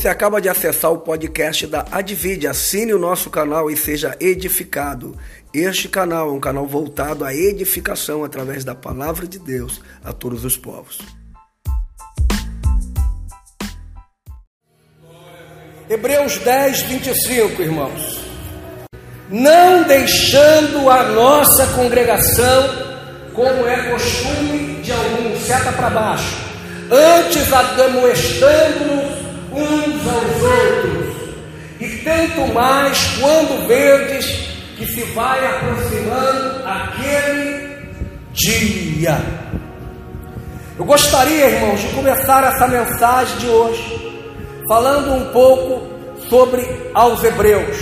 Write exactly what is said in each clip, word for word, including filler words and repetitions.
Você acaba de acessar o podcast da Advide. Assine o nosso canal e seja edificado. Este canal é um canal voltado à edificação através da palavra de Deus a todos os povos. Hebreus dez, vinte e cinco, irmãos. Não deixando a nossa congregação, como é costume de alguns, seta para baixo, antes admoestando-nos uns aos outros, e tanto mais quando verdes que se vai aproximando aquele dia. Eu gostaria, irmãos, de começar essa mensagem de hoje falando um pouco sobre aos Hebreus.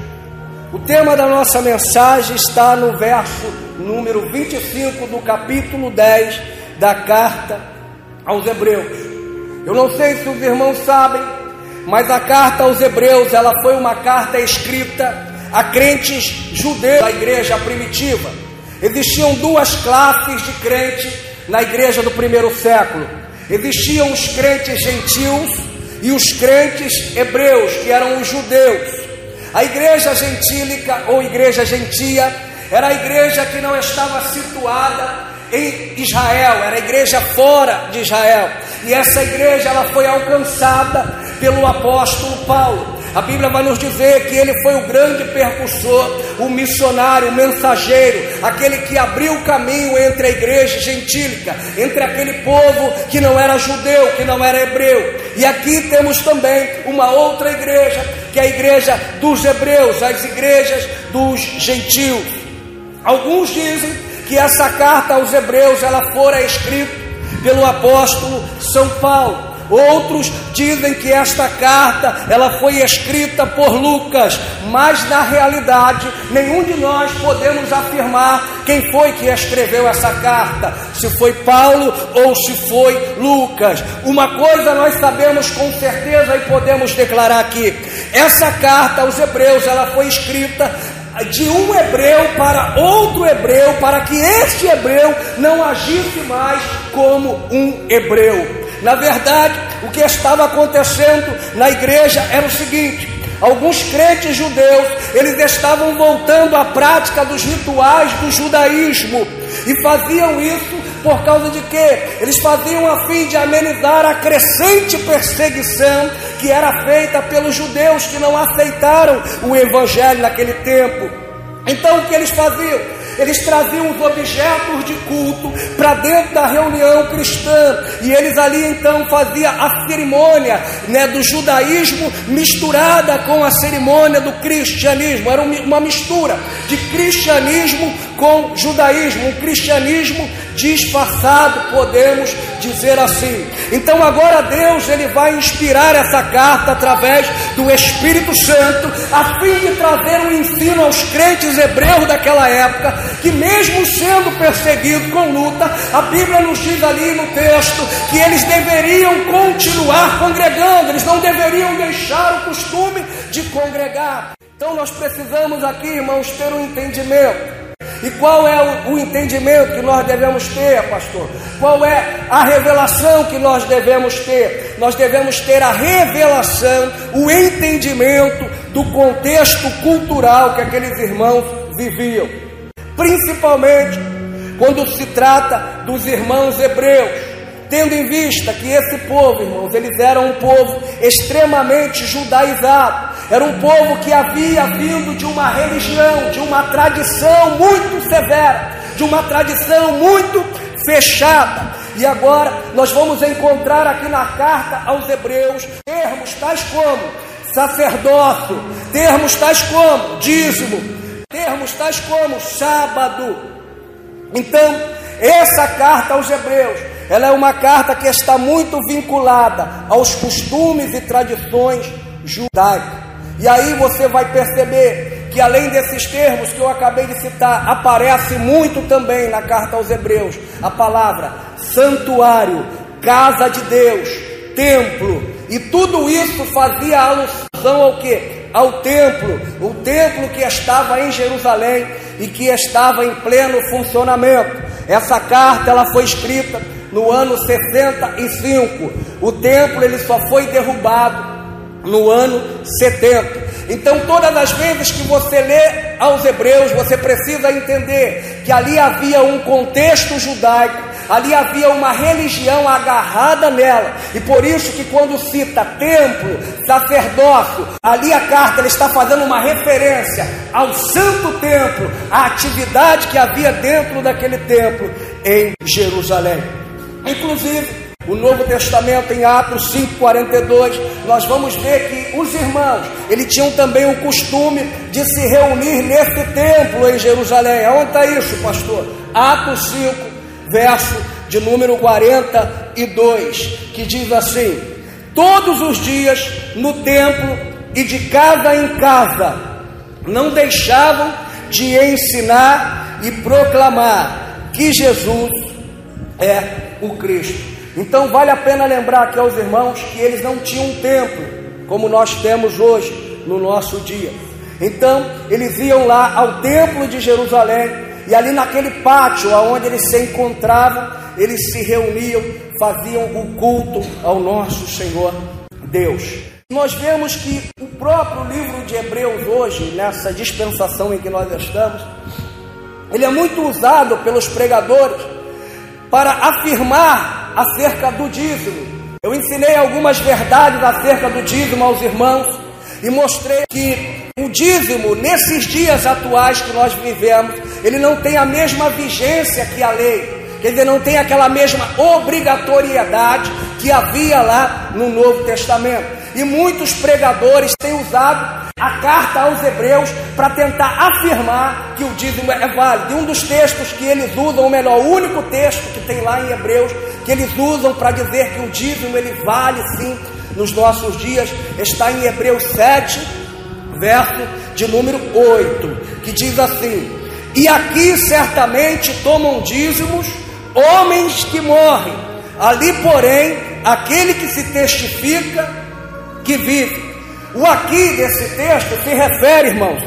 O tema da nossa mensagem está no verso número vinte e cinco do capítulo dez da carta aos Hebreus. Eu não sei se os irmãos sabem, mas a carta aos Hebreus, ela foi uma carta escrita a crentes judeus da igreja primitiva. Existiam duas classes de crentes na igreja do primeiro século. Existiam os crentes gentios e os crentes hebreus, que eram os judeus. A igreja gentílica ou igreja gentia era a igreja que não estava situada em Israel, era a igreja fora de Israel. E essa igreja ela foi alcançada pelo apóstolo Paulo. A Bíblia vai nos dizer que ele foi o grande percussor, o missionário, o mensageiro, aquele que abriu o caminho entre a igreja gentílica, entre aquele povo que não era judeu, que não era hebreu. E aqui temos também uma outra igreja, que é a igreja dos hebreus, as igrejas dos gentios. Alguns dizem que essa carta aos Hebreus ela fora escrita pelo apóstolo São Paulo. Outros dizem que esta carta ela foi escrita por Lucas, mas na realidade nenhum de nós podemos afirmar quem foi que escreveu essa carta, se foi Paulo ou se foi Lucas. Uma coisa nós sabemos com certeza e podemos declarar aqui: essa carta aos Hebreus ela foi escrita de um hebreu para outro hebreu, para que este hebreu não agisse mais como um hebreu. Na verdade, o que estava acontecendo na igreja era o seguinte: alguns crentes judeus, eles estavam voltando à prática dos rituais do judaísmo, e faziam isso por causa de quê? Eles faziam a fim de amenizar a crescente perseguição que era feita pelos judeus que não aceitaram o evangelho naquele tempo. Então o que eles faziam? Eles traziam os objetos de culto para dentro da reunião cristã, e eles ali então faziam a cerimônia, né, do judaísmo misturada com a cerimônia do cristianismo. Era uma mistura de cristianismo com judaísmo, um cristianismo disfarçado, podemos dizer assim. Então agora Deus ele vai inspirar essa carta através do Espírito Santo, a fim de trazer um ensino aos crentes hebreus daquela época, que mesmo sendo perseguidos com luta, a Bíblia nos diz ali no texto que eles deveriam continuar congregando, eles não deveriam deixar o costume de congregar. Então nós precisamos aqui, irmãos, ter um entendimento. E qual é o, o entendimento que nós devemos ter, pastor? Qual é a revelação que nós devemos ter? Nós devemos ter a revelação, o entendimento do contexto cultural que aqueles irmãos viviam. Principalmente quando se trata dos irmãos hebreus, tendo em vista que esse povo, irmãos, eles eram um povo extremamente judaizado. Era um povo que havia vindo de uma religião, de uma tradição muito severa, de uma tradição muito fechada. E agora nós vamos encontrar aqui na carta aos Hebreus termos tais como sacerdócio, termos tais como dízimo, termos tais como sábado. Então, essa carta aos Hebreus, ela é uma carta que está muito vinculada aos costumes e tradições judaicas. E aí você vai perceber que além desses termos que eu acabei de citar, aparece muito também na carta aos Hebreus a palavra santuário, casa de Deus, templo. E tudo isso fazia alusão ao quê? Ao templo, o templo que estava em Jerusalém e que estava em pleno funcionamento. Essa carta ela foi escrita no ano sessenta e cinco. O templo ele só foi derrubado no ano setenta. Então, todas as vezes que você lê aos Hebreus, você precisa entender que ali havia um contexto judaico, ali havia uma religião agarrada nela, e por isso que quando cita templo, sacerdócio, ali a carta ela está fazendo uma referência ao santo templo, à atividade que havia dentro daquele templo em Jerusalém. Inclusive, o Novo Testamento, em Atos cinco, quarenta e dois, nós vamos ver que os irmãos, eles tinham também o costume de se reunir nesse templo em Jerusalém. Onde está isso, pastor? Atos cinco, verso de número quarenta e dois, que diz assim: todos os dias no templo e de casa em casa, não deixavam de ensinar e proclamar que Jesus é o Cristo. Então vale a pena lembrar aqui aos irmãos que eles não tinham um templo como nós temos hoje no nosso dia. Então eles iam lá ao templo de Jerusalém, e ali naquele pátio onde eles se encontravam, eles se reuniam, faziam o culto ao nosso Senhor Deus. Nós vemos que o próprio livro de Hebreus hoje, nessa dispensação em que nós estamos, ele é muito usado pelos pregadores para afirmar acerca do dízimo. Eu ensinei algumas verdades acerca do dízimo aos irmãos e mostrei que o dízimo, nesses dias atuais que nós vivemos, ele não tem a mesma vigência que a lei. Quer dizer, não tem aquela mesma obrigatoriedade que havia lá no Novo Testamento. E muitos pregadores têm usado a carta aos Hebreus para tentar afirmar que o dízimo é válido. E um dos textos que eles usam, ou melhor, o único texto que tem lá em Hebreus, que eles usam para dizer que o dízimo ele vale sim nos nossos dias, está em Hebreus sete, verso de número oito, que diz assim: e aqui certamente tomam dízimos homens que morrem, ali porém aquele que se testifica que vive. O aqui desse texto se refere, irmãos,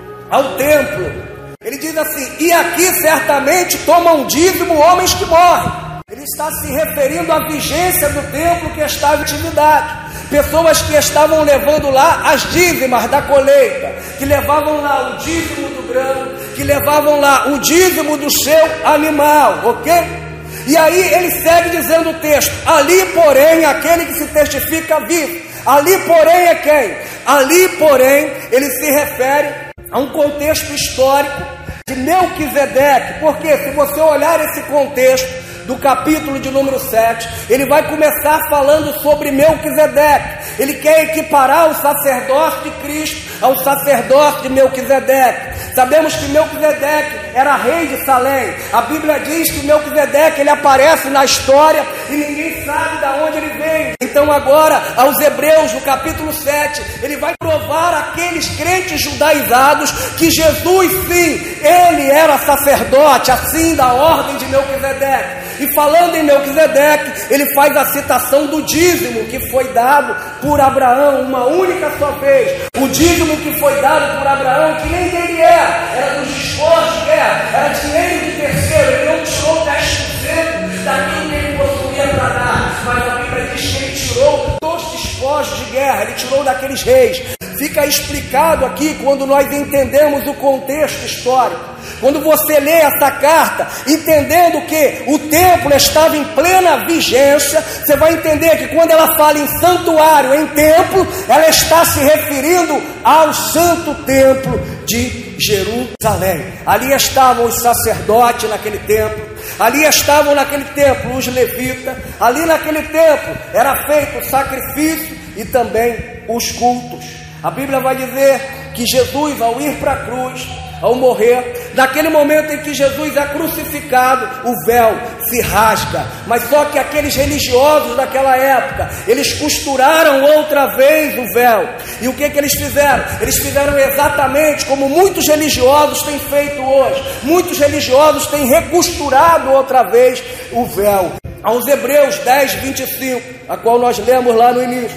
ao templo. Ele diz assim: e aqui certamente tomam dízimo homens que morrem. Ele está se referindo à vigência do templo que estava em atividade. Pessoas que estavam levando lá as dízimas da colheita, que levavam lá o dízimo do grão, que levavam lá o dízimo do seu animal, ok? E aí ele segue dizendo o texto: ali porém aquele que se testifica vive. Ali porém é quem? Ali porém ele se refere a um contexto histórico de Melquisedeque, porque se você olhar esse contexto do capítulo de número sete, ele vai começar falando sobre Melquisedeque. Ele quer equiparar o sacerdócio de Cristo ao sacerdócio de Melquisedeque. Sabemos que Melquisedeque era rei de Salém. A Bíblia diz que Melquisedeque ele aparece na história e ninguém sabe de onde ele veio. Então agora, aos Hebreus, no capítulo sete, ele vai provar àqueles crentes judaizados que Jesus, sim, ele era sacerdote, assim da ordem de Melquisedeque. E falando em Melquisedeque, ele faz a citação do dízimo que foi dado por Abraão uma única só vez. O dízimo que foi dado por Abraão, que nem dele era, era dos despojos de guerra, era dinheiro de terceiro. Ele não tirou dez por cento daquilo que ele possuía para dar, mas a Bíblia diz que ele tirou dos despojos de guerra, ele tirou daqueles reis. Fica explicado aqui quando nós entendemos o contexto histórico. Quando você lê essa carta, entendendo que o templo estava em plena vigência, você vai entender que quando ela fala em santuário, em templo, ela está se referindo ao santo templo de Jerusalém. Ali estavam os sacerdotes naquele templo, ali estavam naquele templo os levitas, ali naquele templo era feito o sacrifício e também os cultos. A Bíblia vai dizer que Jesus, ao ir para a cruz, ao morrer, naquele momento em que Jesus é crucificado, o véu se rasga. Mas só que aqueles religiosos daquela época, eles costuraram outra vez o véu. E o que que eles fizeram? Eles fizeram exatamente como muitos religiosos têm feito hoje. Muitos religiosos têm recosturado outra vez o véu. Aos Hebreus dez, vinte e cinco, a qual nós lemos lá no início,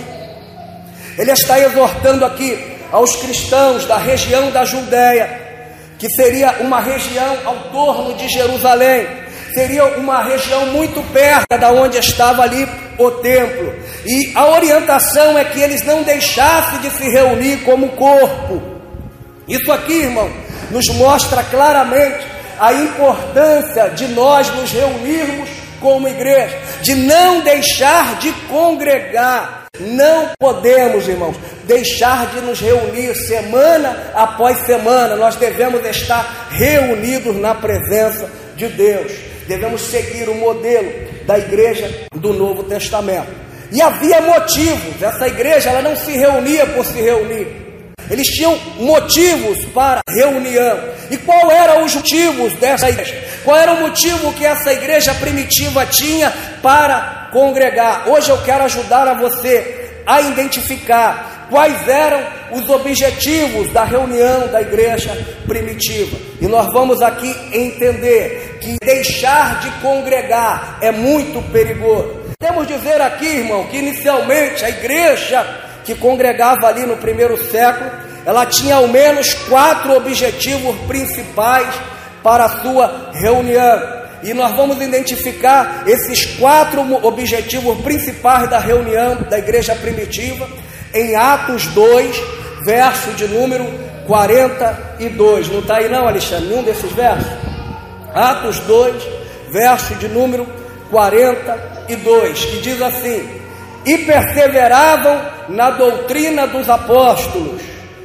ele está exortando aqui aos cristãos da região da Judéia, que seria uma região ao torno de Jerusalém. seria uma região muito perto da onde estava ali o templo. E a orientação é que eles não deixassem de se reunir como corpo. Isso aqui, irmão, nos mostra claramente a importância de nós nos reunirmos como igreja, de não deixar de congregar. Não podemos, irmãos, deixar de nos reunir semana após semana. Nós devemos estar reunidos na presença de Deus. Devemos seguir o modelo da igreja do Novo Testamento. E havia motivos. Essa igreja ela não se reunia por se reunir. Eles tinham motivos para reunião. E qual eram os motivos dessa igreja? Qual era o motivo que essa igreja primitiva tinha para congregar? Hoje eu quero ajudar a você a identificar quais eram os objetivos da reunião da igreja primitiva. E nós vamos aqui entender que deixar de congregar é muito perigoso. Temos dizer aqui, irmão, que inicialmente a igreja que congregava ali no primeiro século, ela tinha ao menos quatro objetivos principais para a sua reunião. E nós vamos identificar esses quatro objetivos principais da reunião da igreja primitiva em Atos dois, verso de número quarenta e dois. Não está aí não, Alexandre, nenhum desses versos? Atos dois, verso de número quarenta e dois, que diz assim: e perseveravam na doutrina dos apóstolos,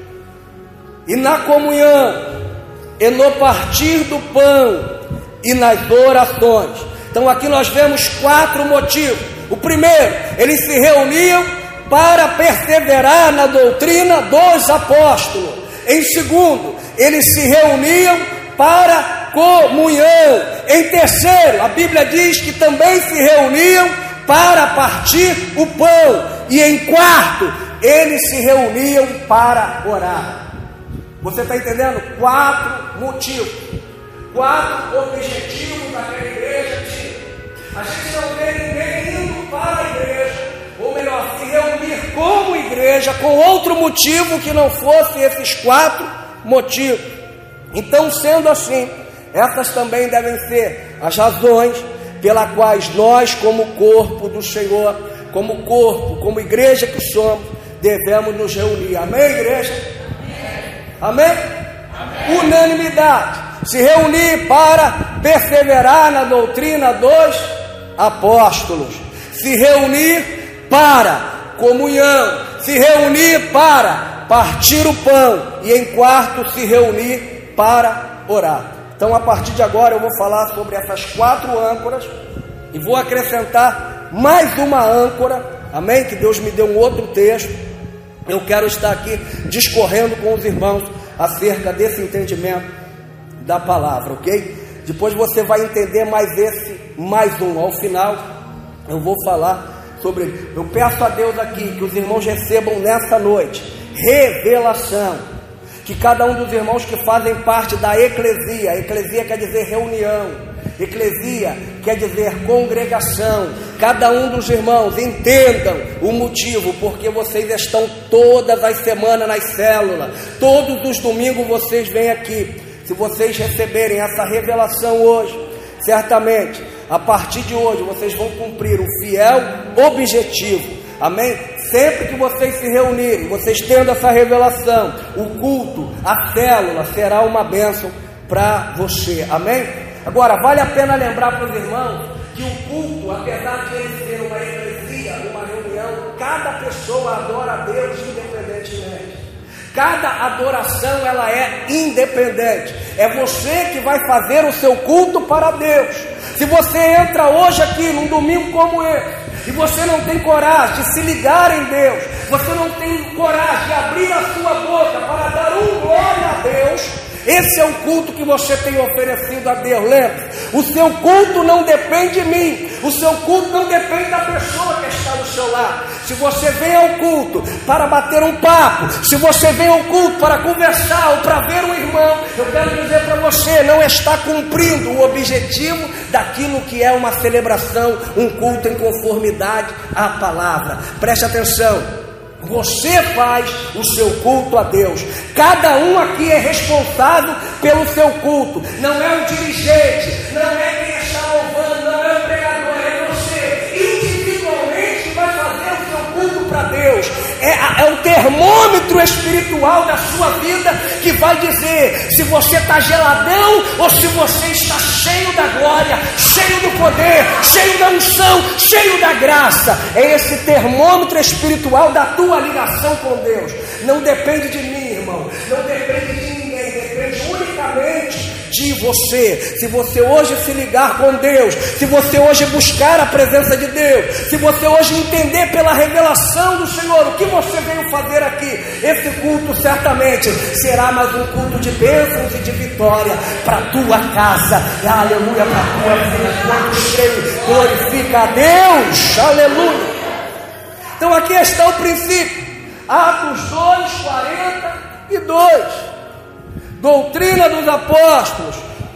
e na comunhão, e no partir do pão, e nas orações. Então aqui nós vemos quatro motivos. O primeiro, eles se reuniam para perseverar na doutrina dos apóstolos. Em segundo, eles se reuniam para comunhão. Em terceiro, a Bíblia diz que também se reuniam para partir o pão. E em quarto, eles se reuniam para orar. Você está entendendo? Quatro motivos, quatro objetivos daquela igreja tinha. A gente não vê ninguém indo para a igreja, ou melhor, se reunir como igreja com outro motivo que não fosse esses quatro motivos. Então, sendo assim, essas também devem ser as razões pelas quais nós, como corpo do Senhor, como corpo, como igreja que somos, devemos nos reunir. Amém, igreja? Amém? Amém? Unanimidade. Se reunir para perseverar na doutrina dos apóstolos. Se reunir para comunhão. Se reunir para partir o pão. E em quarto, se reunir para orar. Então, a partir de agora, eu vou falar sobre essas quatro âncoras e vou acrescentar mais uma âncora, amém? Que Deus me deu um outro texto. Eu quero estar aqui discorrendo com os irmãos acerca desse entendimento da palavra, ok? Depois você vai entender mais esse, mais um. Ao final, eu vou falar sobre ele. Eu peço a Deus aqui que os irmãos recebam nessa noite revelação. Que cada um dos irmãos que fazem parte da eclesia, eclesia quer dizer reunião, eclesia quer dizer congregação, cada um dos irmãos entendam o motivo, porque vocês estão todas as semanas nas células, todos os domingos vocês vêm aqui. Se vocês receberem essa revelação hoje, certamente, a partir de hoje, vocês vão cumprir o fiel objetivo. Amém? Sempre que vocês se reunirem, vocês tendo essa revelação, o culto, a célula será uma bênção para você. Amém? Agora, vale a pena lembrar para os irmãos que o culto, apesar de ele ser uma eclesia, uma reunião, cada pessoa adora a Deus independentemente. Cada adoração ela é independente. É você que vai fazer o seu culto para Deus. Se você entra hoje aqui num domingo como esse, e você não tem coragem de se ligar em Deus, você não tem coragem de abrir a sua boca para dar um glória a Deus, esse é o culto que você tem oferecido a Deus. Lembre, o seu culto não depende de mim, o seu culto não depende da pessoa que está no seu lado. Se você vem ao culto para bater um papo, se você vem ao culto para conversar ou para ver um irmão, eu quero dizer para você, não está cumprindo o objetivo daquilo que é uma celebração, um culto em conformidade à palavra. Preste atenção. Você faz o seu culto a Deus. Cada um aqui é responsável pelo seu culto. Não é o dirigente, não é quem está ao termômetro espiritual da sua vida que vai dizer se você está geladão ou se você está cheio da glória, cheio do poder, cheio da unção, cheio da graça. É esse termômetro espiritual da tua ligação com Deus. Não depende de mim, irmão, não depende de ninguém, depende unicamente de você. Se você hoje se ligar com Deus, se você hoje buscar a presença de Deus, se você hoje entender pela revelação do Senhor o que você veio fazer aqui, esse culto certamente será mais um culto de bênçãos e de vitória para a tua casa. Aleluia, para a tua vida. Quantos creem, glorifica a Deus. Aleluia. Então aqui está o princípio. Atos dois, quarenta e dois. Doutrina dos apóstolos,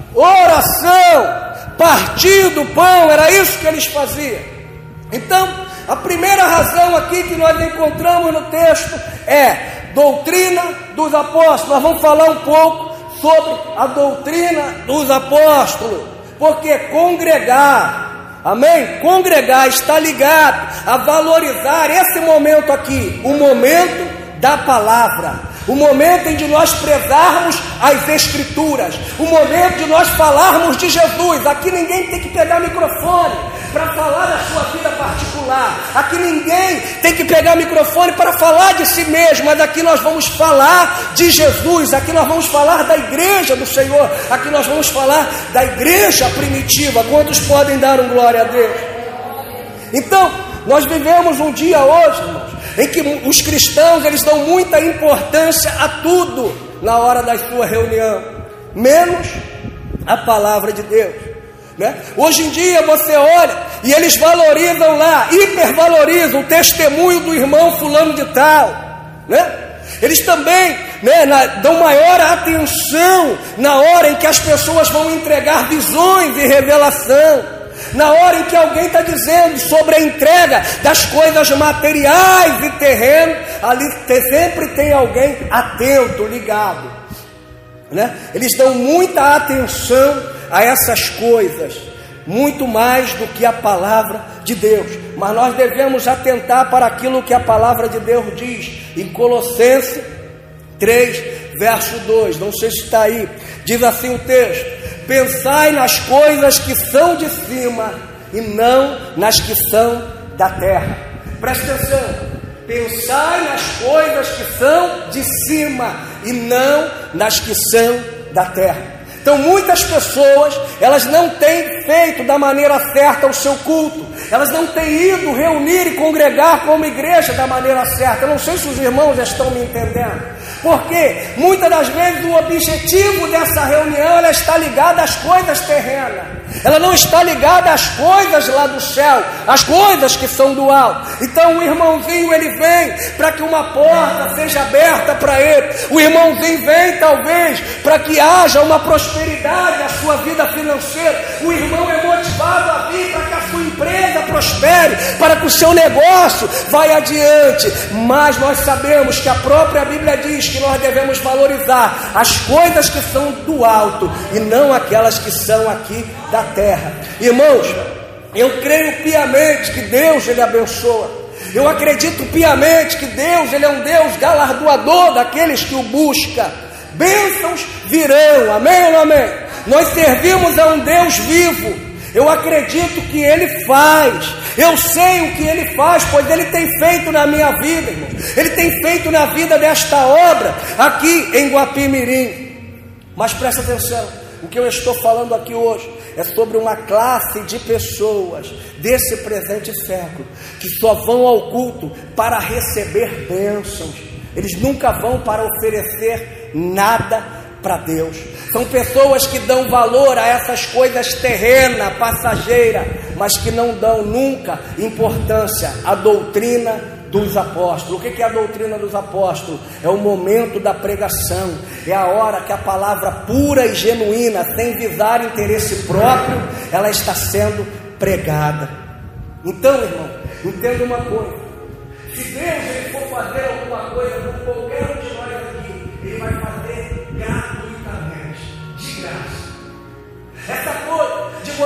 oração, partir do pão, era isso que eles faziam. Então, a primeira razão aqui que nós encontramos no texto é doutrina dos apóstolos. Nós vamos falar um pouco sobre a doutrina dos apóstolos, porque congregar, amém? Congregar está ligado a valorizar esse momento aqui, o momento da palavra. O momento em de nós prezarmos as Escrituras, o momento de nós falarmos de Jesus. Aqui ninguém tem que pegar microfone para falar da sua vida particular. Aqui ninguém tem que pegar microfone para falar de si mesmo. Mas aqui nós vamos falar de Jesus. Aqui nós vamos falar da igreja do Senhor. Aqui nós vamos falar da igreja primitiva. Quantos podem dar um glória a Deus? Então, nós vivemos um dia hoje, irmãos, em que os cristãos eles dão muita importância a tudo na hora da sua reunião, menos a palavra de Deus, né? Hoje em dia você olha e eles valorizam lá, hipervalorizam o testemunho do irmão fulano de tal, né? Eles também, né, na, dão maior atenção na hora em que as pessoas vão entregar visões e revelação. Na hora em que alguém está dizendo sobre a entrega das coisas materiais e terrenos, ali sempre tem alguém atento, ligado, né? Eles dão muita atenção a essas coisas, muito mais do que a palavra de Deus. Mas nós devemos atentar para aquilo que a palavra de Deus diz em Colossenses três, verso dois. Não sei se está aí. Diz assim o texto: pensai nas coisas que são de cima e não nas que são da terra. Presta atenção. Pensai nas coisas que são de cima e não nas que são da terra. Então muitas pessoas, elas não têm feito da maneira certa o seu culto. Elas não têm ido reunir e congregar como igreja da maneira certa. Eu não sei se os irmãos já estão me entendendo. Porque muitas das vezes o objetivo dessa reunião ela está ligada às coisas terrenas. Ela não está ligada às coisas lá do céu, às coisas que são do alto. Então o irmãozinho ele vem para que uma porta seja aberta para ele. O irmãozinho vem talvez para que haja uma prosperidade na sua vida financeira. O irmão é motivado a vir para que a sua empresa prospere, para que o seu negócio vá adiante. Mas nós sabemos que a própria Bíblia diz que nós devemos valorizar as coisas que são do alto e não aquelas que são aqui da terra. Irmãos, eu creio piamente que Deus ele abençoa. Eu acredito piamente que Deus ele é um Deus galardoador daqueles que o buscam. Bênçãos virão, amém ou não amém? Nós servimos a um Deus vivo. Eu acredito que Ele faz. Eu sei o que Ele faz, pois Ele tem feito na minha vida, irmão. Ele tem feito na vida desta obra aqui em Guapimirim. Mas presta atenção, o que eu estou falando aqui hoje é sobre uma classe de pessoas desse presente século que só vão ao culto para receber bênçãos. Eles nunca vão para oferecer nada para Deus. São pessoas que dão valor a essas coisas terrenas, passageiras, mas que não dão nunca importância à doutrina dos apóstolos. O que é a doutrina dos apóstolos? É o momento da pregação, é a hora que a palavra pura e genuína, sem visar interesse próprio, ela está sendo pregada. Então, irmão, entenda uma coisa: se Deus ele for fazer alguma coisa com qualquer um de nós aqui, Ele vai fazer gratuitamente, de graça. Essa coisa de você ficar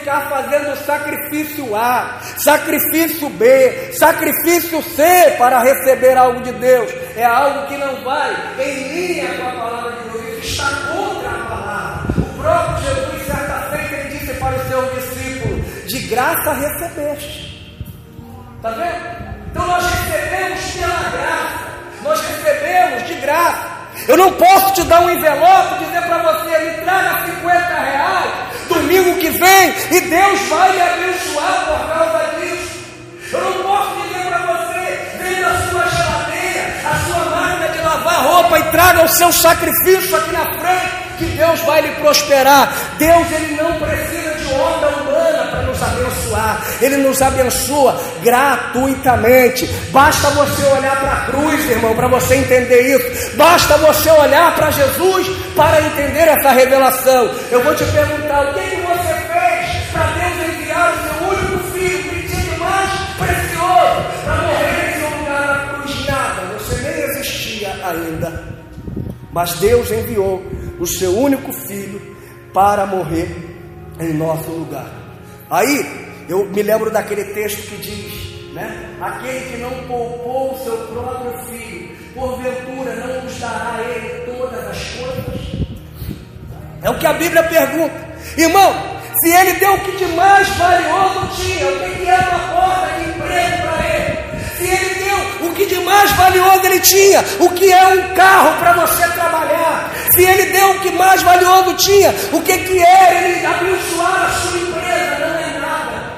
ficar fazendo sacrifício A, sacrifício B, sacrifício C para receber algo de Deus. É algo que não vai em linha com a palavra de Deus, isso está contra a palavra. O próprio Jesus, certa feita, ele disse para os seus discípulos: de graça recebeste. Está vendo? Então nós recebemos pela graça, nós recebemos de graça. Eu não posso te dar um envelope e dizer para você: me traga cinquenta reais domingo que vem e Deus vai me abençoar por causa disso. Eu não posso dizer para você: venha a sua geladeira, a sua máquina de lavar roupa e traga o seu sacrifício aqui na frente, que Deus vai lhe prosperar. Deus, ele não precisa de onda humana para nos abençoar. Ele nos abençoa gratuitamente. Basta você olhar para a cruz, irmão, para você entender isso. Basta você olhar para Jesus para entender essa revelação. Eu vou te perguntar: o que, que você fez para Deus enviar o seu único filho, o pedido mais precioso, para morrer em seu lugar na cruz? Nada, você nem existia ainda. Mas Deus enviou o seu único filho para morrer em nosso lugar. Aí eu me lembro daquele texto que diz, né? Aquele que não poupou o seu próprio filho, porventura não nos dará a ele todas as coisas? É o que a Bíblia pergunta. Irmão, se ele deu o que de mais valioso tinha, o que é uma porta de emprego para ele? Se ele deu o que de mais valioso ele tinha, o que é um carro para você trabalhar? Se ele deu o que mais valioso tinha, o que, que é ele abençoar a sua empresa? Não é nada.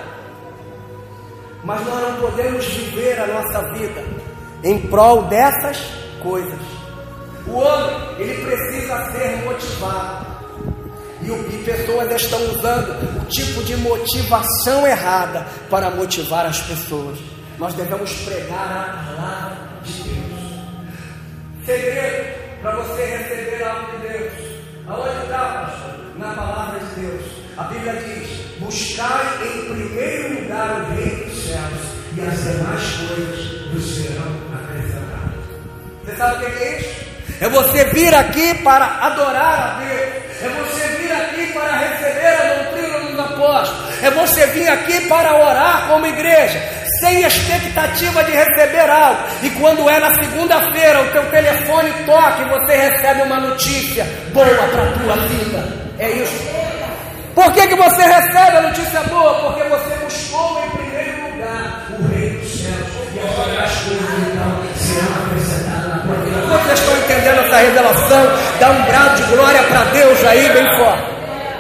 Mas nós não podemos viver a nossa vida em prol dessas coisas. O homem, ele precisa ser motivado. E, o, e pessoas estão usando o tipo de motivação errada para motivar as pessoas. Nós devemos pregar a palavra de Deus. Segredo para você receber algo de Deus. Aonde está, pastor? Na palavra de Deus. A Bíblia diz: buscai em primeiro lugar o reino dos céus, e as demais coisas vos serão acrescentadas. Você sabe o que é isso? É você vir aqui para adorar a Deus. É você vir aqui para receber a doutrina dos apóstolos. É você vir aqui para orar como igreja, sem expectativa de receber algo. E quando é na segunda-feira, o teu telefone toca e você recebe uma notícia boa para a tua vida. É isso. Por que, que você recebe a notícia boa? Porque você buscou em primeiro lugar o reino dos céus, e agora as coisas então serão acrescentadas na tua vida. Vocês estão entendendo essa revelação? Dá um brado de glória para Deus aí, bem forte.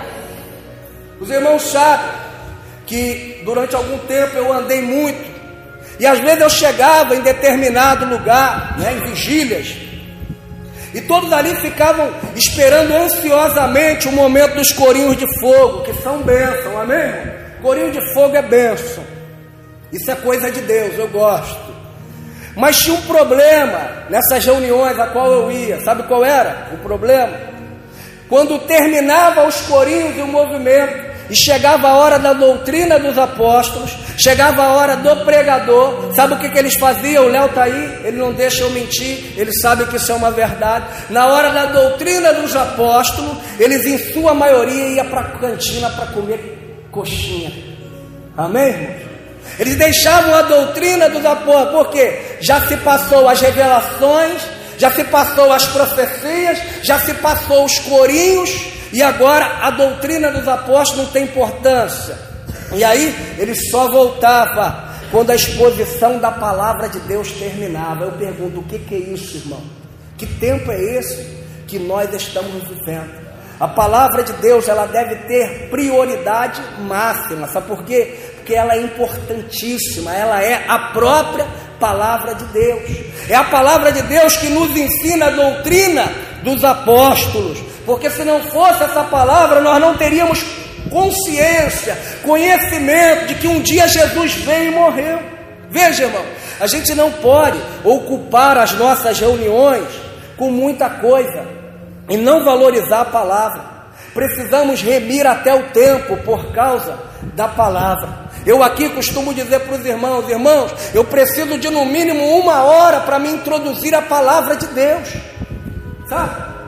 Os irmãos sabem que durante algum tempo eu andei muito, e às vezes eu chegava em determinado lugar, né, em vigílias, e todos ali ficavam esperando ansiosamente o momento dos corinhos de fogo, que são bênção, amém, irmão? Corinho de fogo é bênção, isso é coisa de Deus, eu gosto. Mas tinha um problema nessas reuniões a qual eu ia. Sabe qual era o problema? Quando terminava os corinhos e o movimento, e chegava a hora da doutrina dos apóstolos, chegava a hora do pregador, sabe o que, que eles faziam? O Léo está aí, ele não deixa eu mentir, ele sabe que isso é uma verdade. Na hora da doutrina dos apóstolos, eles em sua maioria iam para a cantina para comer coxinha. Amém, irmãos? Eles deixavam a doutrina dos apóstolos, porque já se passou as revelações, já se passou as profecias, já se passou os corinhos, e agora a doutrina dos apóstolos não tem importância. E aí ele só voltava quando a exposição da palavra de Deus terminava. Eu pergunto: o que, que é isso, irmão? Que tempo é esse que nós estamos vivendo? A palavra de Deus, ela deve ter prioridade máxima. Sabe por quê? Porque ela é importantíssima. Ela é a própria palavra de Deus. É a palavra de Deus que nos ensina a doutrina dos apóstolos. Porque se não fosse essa palavra, nós não teríamos consciência, conhecimento de que um dia Jesus veio e morreu. Veja, irmão, a gente não pode ocupar as nossas reuniões com muita coisa e não valorizar a palavra. Precisamos remir até o tempo por causa da palavra. Eu aqui costumo dizer para os irmãos: irmãos, eu preciso de no mínimo uma hora para me introduzir a palavra de Deus, sabe?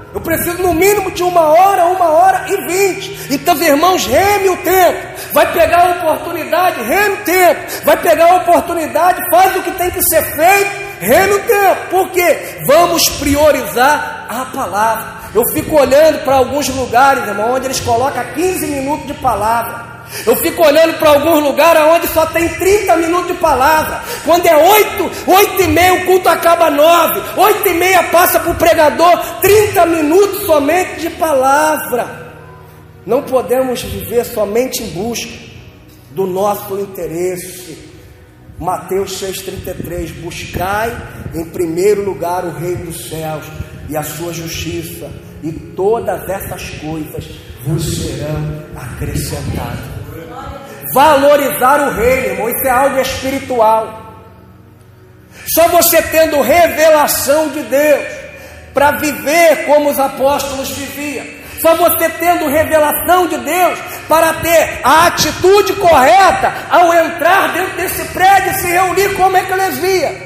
Eu preciso no mínimo de uma hora, uma hora e vinte. Então, irmãos, reme o tempo. Vai pegar a oportunidade, reme o tempo. Vai pegar a oportunidade, faz o que tem que ser feito, reme o tempo. Por quê? Vamos priorizar a palavra. Eu fico olhando para alguns lugares, irmão, onde eles colocam quinze minutos de palavra. Eu fico olhando para alguns lugares onde só tem trinta minutos de palavra. Quando é oito, oito e meia, o culto acaba nove. Oito e meia passa para o pregador, trinta minutos somente de palavra. Não podemos viver somente em busca do nosso interesse. Mateus seis, trinta e três, buscai em primeiro lugar o reino dos céus e a sua justiça, e todas essas coisas vos serão acrescentadas. Valorizar o reino, irmão, isso é algo espiritual. Só você tendo revelação de Deus para viver como os apóstolos viviam. Só você tendo revelação de Deus para ter a atitude correta ao entrar dentro desse prédio e se reunir como eclesia.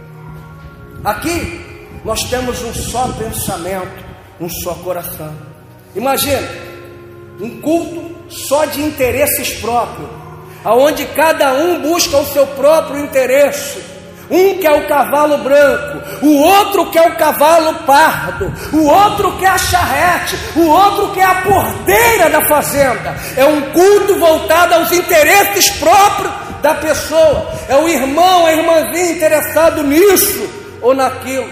Aqui nós temos um só pensamento, um só coração. Imagina um culto só de interesses próprios, aonde cada um busca o seu próprio interesse. Um quer o cavalo branco, o outro quer o cavalo pardo, o outro quer a charrete, o outro quer a porteira da fazenda. É um culto voltado aos interesses próprios da pessoa. É o irmão, a irmãzinha interessado nisso ou naquilo.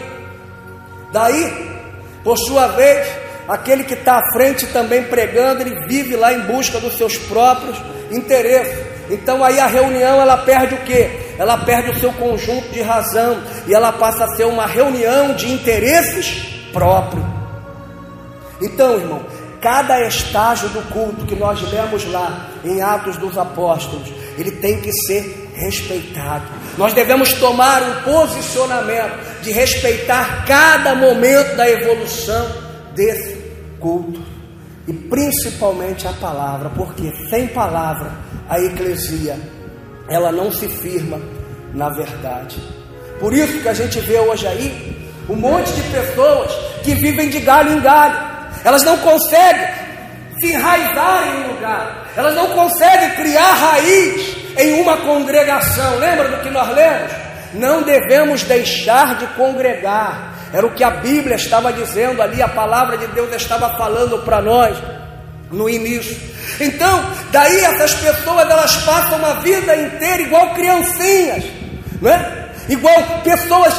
Daí, por sua vez, aquele que está à frente também pregando, ele vive lá em busca dos seus próprios interesses. Então aí a reunião, ela perde o quê? Ela perde o seu conjunto de razão e ela passa a ser uma reunião de interesses próprios. Então, irmão, cada estágio do culto que nós lemos lá em Atos dos Apóstolos, ele tem que ser respeitado. Nós devemos tomar um posicionamento de respeitar cada momento da evolução desse culto, e principalmente a palavra, porque sem palavra a eclesia, ela não se firma na verdade. Por isso que a gente vê hoje aí um monte de pessoas que vivem de galho em galho. Elas não conseguem se enraizar em um lugar, elas não conseguem criar raiz em uma congregação. Lembra do que nós lemos? Não devemos deixar de congregar. Era o que a Bíblia estava dizendo ali, a palavra de Deus estava falando para nós no início. Então, daí essas pessoas, elas passam uma vida inteira igual criancinhas, né? Igual pessoas,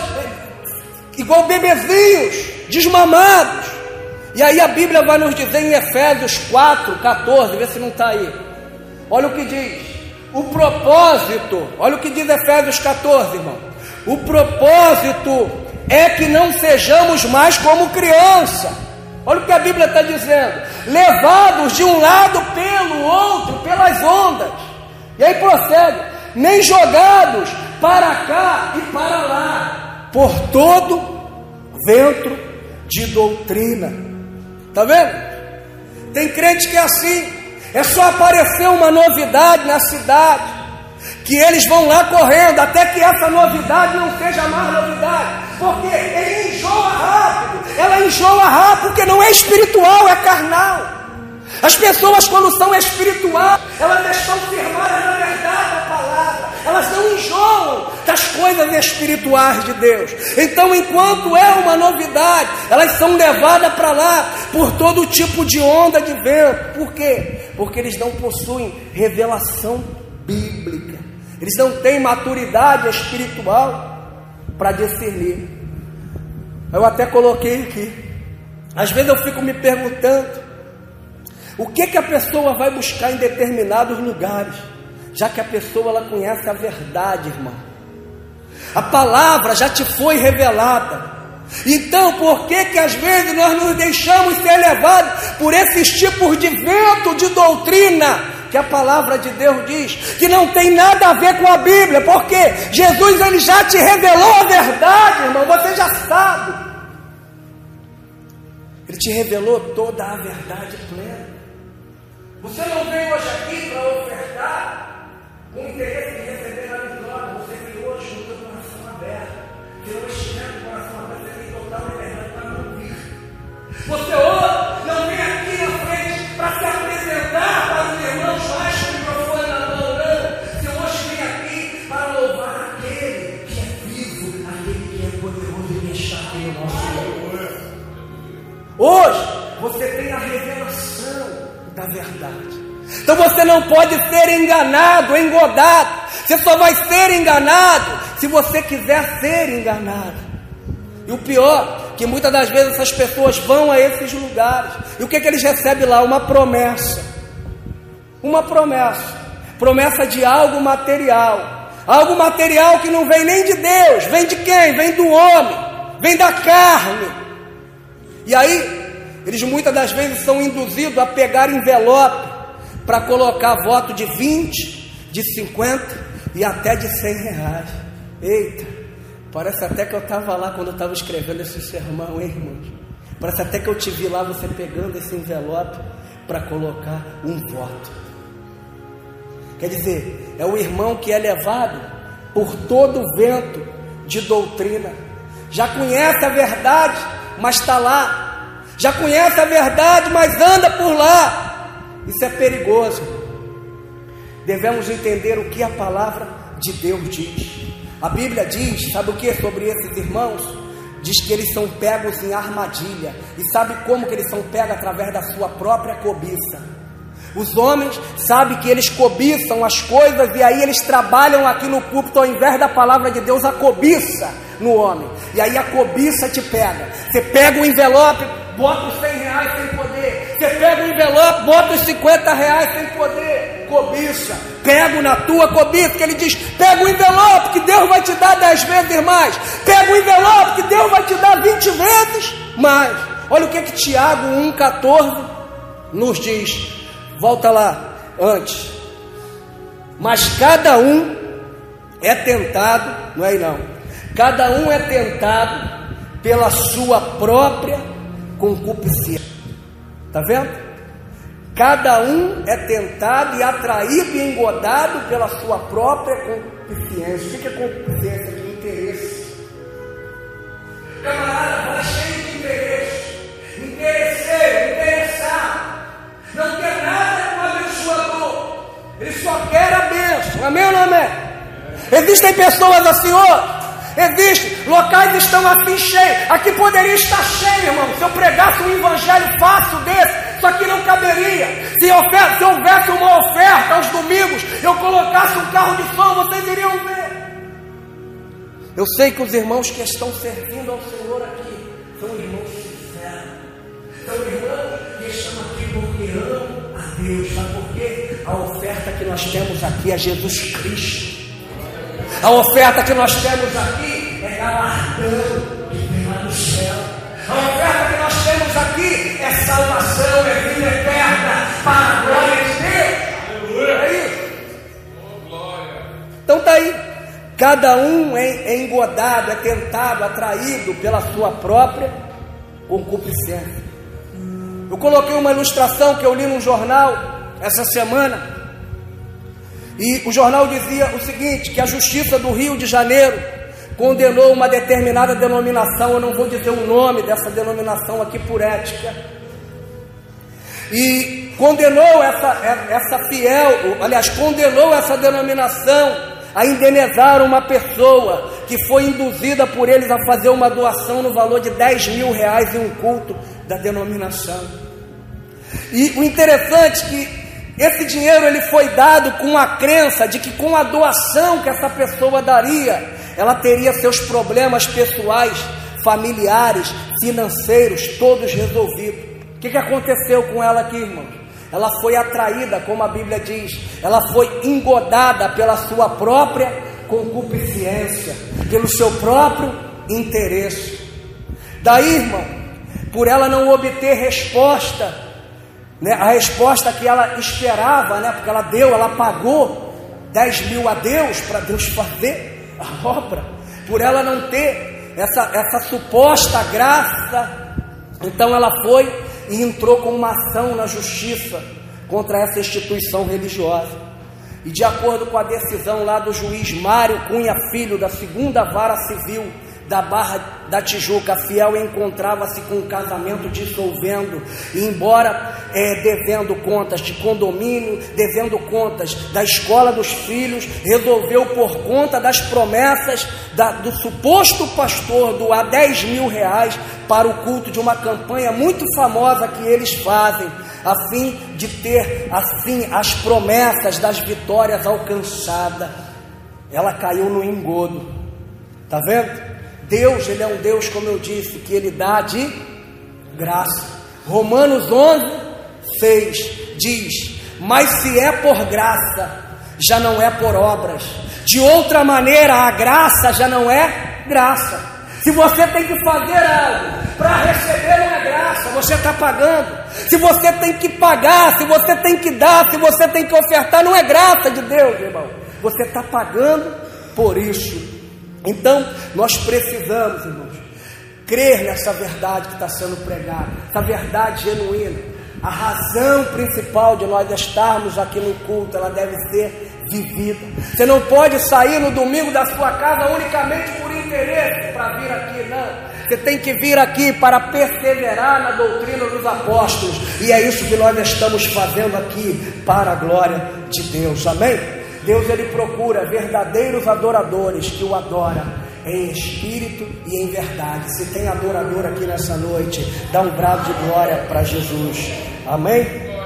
igual bebezinhos, desmamados. E aí a Bíblia vai nos dizer em Efésios quatro, catorze, vê se não está aí. Olha o que diz. O propósito, olha o que diz Efésios catorze, irmão. O propósito é que não sejamos mais como criança. Olha o que a Bíblia está dizendo. Levados de um lado pelo outro, pelas ondas. E aí prossegue. Nem jogados para cá e para lá, por todo vento de doutrina. Está vendo? Tem crente que é assim. É só aparecer uma novidade na cidade, que eles vão lá correndo, até que essa novidade não seja mais novidade, porque ele enjoa rápido, ela enjoa rápido, porque não é espiritual, é carnal. As pessoas, quando são espirituais, elas estão firmadas na verdade da palavra, elas não enjoam das coisas espirituais de Deus. Então, enquanto é uma novidade, elas são levadas para lá por todo tipo de onda de vento. Por quê? Porque eles não possuem revelação bíblica. Eles não têm maturidade espiritual para discernir. Eu até coloquei aqui. Às vezes eu fico me perguntando o que que a pessoa vai buscar em determinados lugares, já que a pessoa ela conhece a verdade, irmão. A palavra já te foi revelada. Então, por que que às vezes nós nos deixamos ser levados por esses tipos de vento de doutrina, que a palavra de Deus diz que não tem nada a ver com a Bíblia? Porque Jesus, ele já te revelou a verdade, irmão, você já sabe. Ele te revelou toda a verdade plena. Você não veio hoje aqui para ofertar com interesse de receber a vitória. Você veio hoje com o seu coração aberto. Se não estiver com o coração aberto, você tem total liberdade para não vir. Você verdade. Então você não pode ser enganado, engodado. Você só vai ser enganado se você quiser ser enganado. E o pior, que muitas das vezes essas pessoas vão a esses lugares. E o que, que eles recebem lá? Uma promessa. Uma promessa. Promessa de algo material. Algo material que não vem nem de Deus. Vem de quem? Vem do homem. Vem da carne. E aí, eles muitas das vezes são induzidos a pegar envelope para colocar voto de vinte, de cinquenta e até de cem reais. Eita, parece até que eu estava lá quando eu estava escrevendo esse sermão, hein, irmãos? Parece até que eu te vi lá, você pegando esse envelope para colocar um voto. Quer dizer, é o irmão que é levado por todo o vento de doutrina. Já conhece a verdade, mas está lá. Já conhece a verdade, mas anda por lá. Isso é perigoso. Devemos entender o que a palavra de Deus diz. A Bíblia diz, sabe o que sobre esses irmãos? Diz que eles são pegos em armadilha. E sabe como que eles são pegos? Através da sua própria cobiça. Os homens sabem que eles cobiçam as coisas, e aí eles trabalham aqui no púlpito, ao invés da palavra de Deus, a cobiça no homem. E aí a cobiça te pega. Você pega o envelope, bota os cem reais sem poder. Você pega o envelope, bota os cinquenta reais sem poder. Cobiça. Pego na tua cobiça, que ele diz: pega o envelope que Deus vai te dar dez vezes mais. Pega o envelope que Deus vai te dar vinte vezes mais. Olha o que que Tiago um, quatorze nos diz. Volta lá, antes. Mas cada um é tentado, não é aí não. Cada um é tentado pela sua própria concupiscência. Está vendo? Cada um é tentado e atraído e engodado pela sua própria concupiscência. O que é concupiscência? De interesse. Camarada, vai cheio de interesse. Interesseiro, interessado. Não quer nada com o abençoador. Ele só quer a bênção. Amém ou não amém? Existem pessoas assim hoje. Existem. Locais estão assim cheios. Aqui poderia estar cheio, irmão. Se eu pregasse um evangelho fácil desse, isso aqui não caberia. Se, oferta, se houvesse uma oferta aos domingos, eu colocasse um carro de som, vocês iriam ver. Eu sei que os irmãos que estão servindo ao Senhor aqui são irmãos sinceros. São irmãos que estão aqui porque amam a Deus. Sabe por quê? A oferta que nós temos aqui é Jesus Cristo. A oferta que nós temos aqui é galardão que vem lá do céu. A oferta que nós temos aqui é salvação, é vida eterna para a glória de Deus. É isso. Então está aí. Cada um é, é engodado, é tentado, atraído pela sua própria concupiscência. Eu coloquei uma ilustração que eu li num jornal essa semana. E o jornal dizia o seguinte, que a Justiça do Rio de Janeiro condenou uma determinada denominação, eu não vou dizer o nome dessa denominação aqui por ética, e condenou essa, essa fiel, aliás, condenou essa denominação a indenizar uma pessoa que foi induzida por eles a fazer uma doação no valor de dez mil reais em um culto da denominação. E o interessante é que esse dinheiro ele foi dado com a crença de que com a doação que essa pessoa daria, ela teria seus problemas pessoais, familiares, financeiros, todos resolvidos. O que, que aconteceu com ela aqui, irmãos? Ela foi atraída, como a Bíblia diz, ela foi engodada pela sua própria concupiscência, pelo seu próprio interesse. Daí, irmão, por ela não obter resposta, né, a resposta que ela esperava, né, porque ela deu, ela pagou dez mil a Deus, para Deus fazer a obra, por ela não ter essa, essa suposta graça, então ela foi e entrou com uma ação na justiça contra essa instituição religiosa. E de acordo com a decisão lá do juiz Mário Cunha Filho, da segunda vara civil da Barra da Tijuca, a fiel encontrava-se com o casamento dissolvendo, e embora é, devendo contas de condomínio, devendo contas da escola dos filhos, resolveu por conta das promessas da, do suposto pastor doar dez mil reais para o culto de uma campanha muito famosa que eles fazem, a fim de ter assim as promessas das vitórias alcançadas. Ela caiu no engodo. Está vendo? Deus, Ele é um Deus, como eu disse, que Ele dá de graça. Romanos onze, seis diz: mas se é por graça, já não é por obras. De outra maneira, a graça já não é graça. Se você tem que fazer algo para receber uma graça, você está pagando. Se você tem que pagar, se você tem que dar, se você tem que ofertar, não é graça de Deus, irmão. Você está pagando por isso. Então, nós precisamos, irmãos, crer nessa verdade que está sendo pregada, essa verdade genuína. A razão principal de nós estarmos aqui no culto, ela deve ser vivida. Você não pode sair no domingo da sua casa unicamente por interesse para vir aqui, não. Você tem que vir aqui para perseverar na doutrina dos apóstolos. E é isso que nós estamos fazendo aqui para a glória de Deus. Amém? Deus, Ele procura verdadeiros adoradores que o adoram em espírito e em verdade. Se tem adorador aqui nessa noite, dá um brado de glória para Jesus. Amém?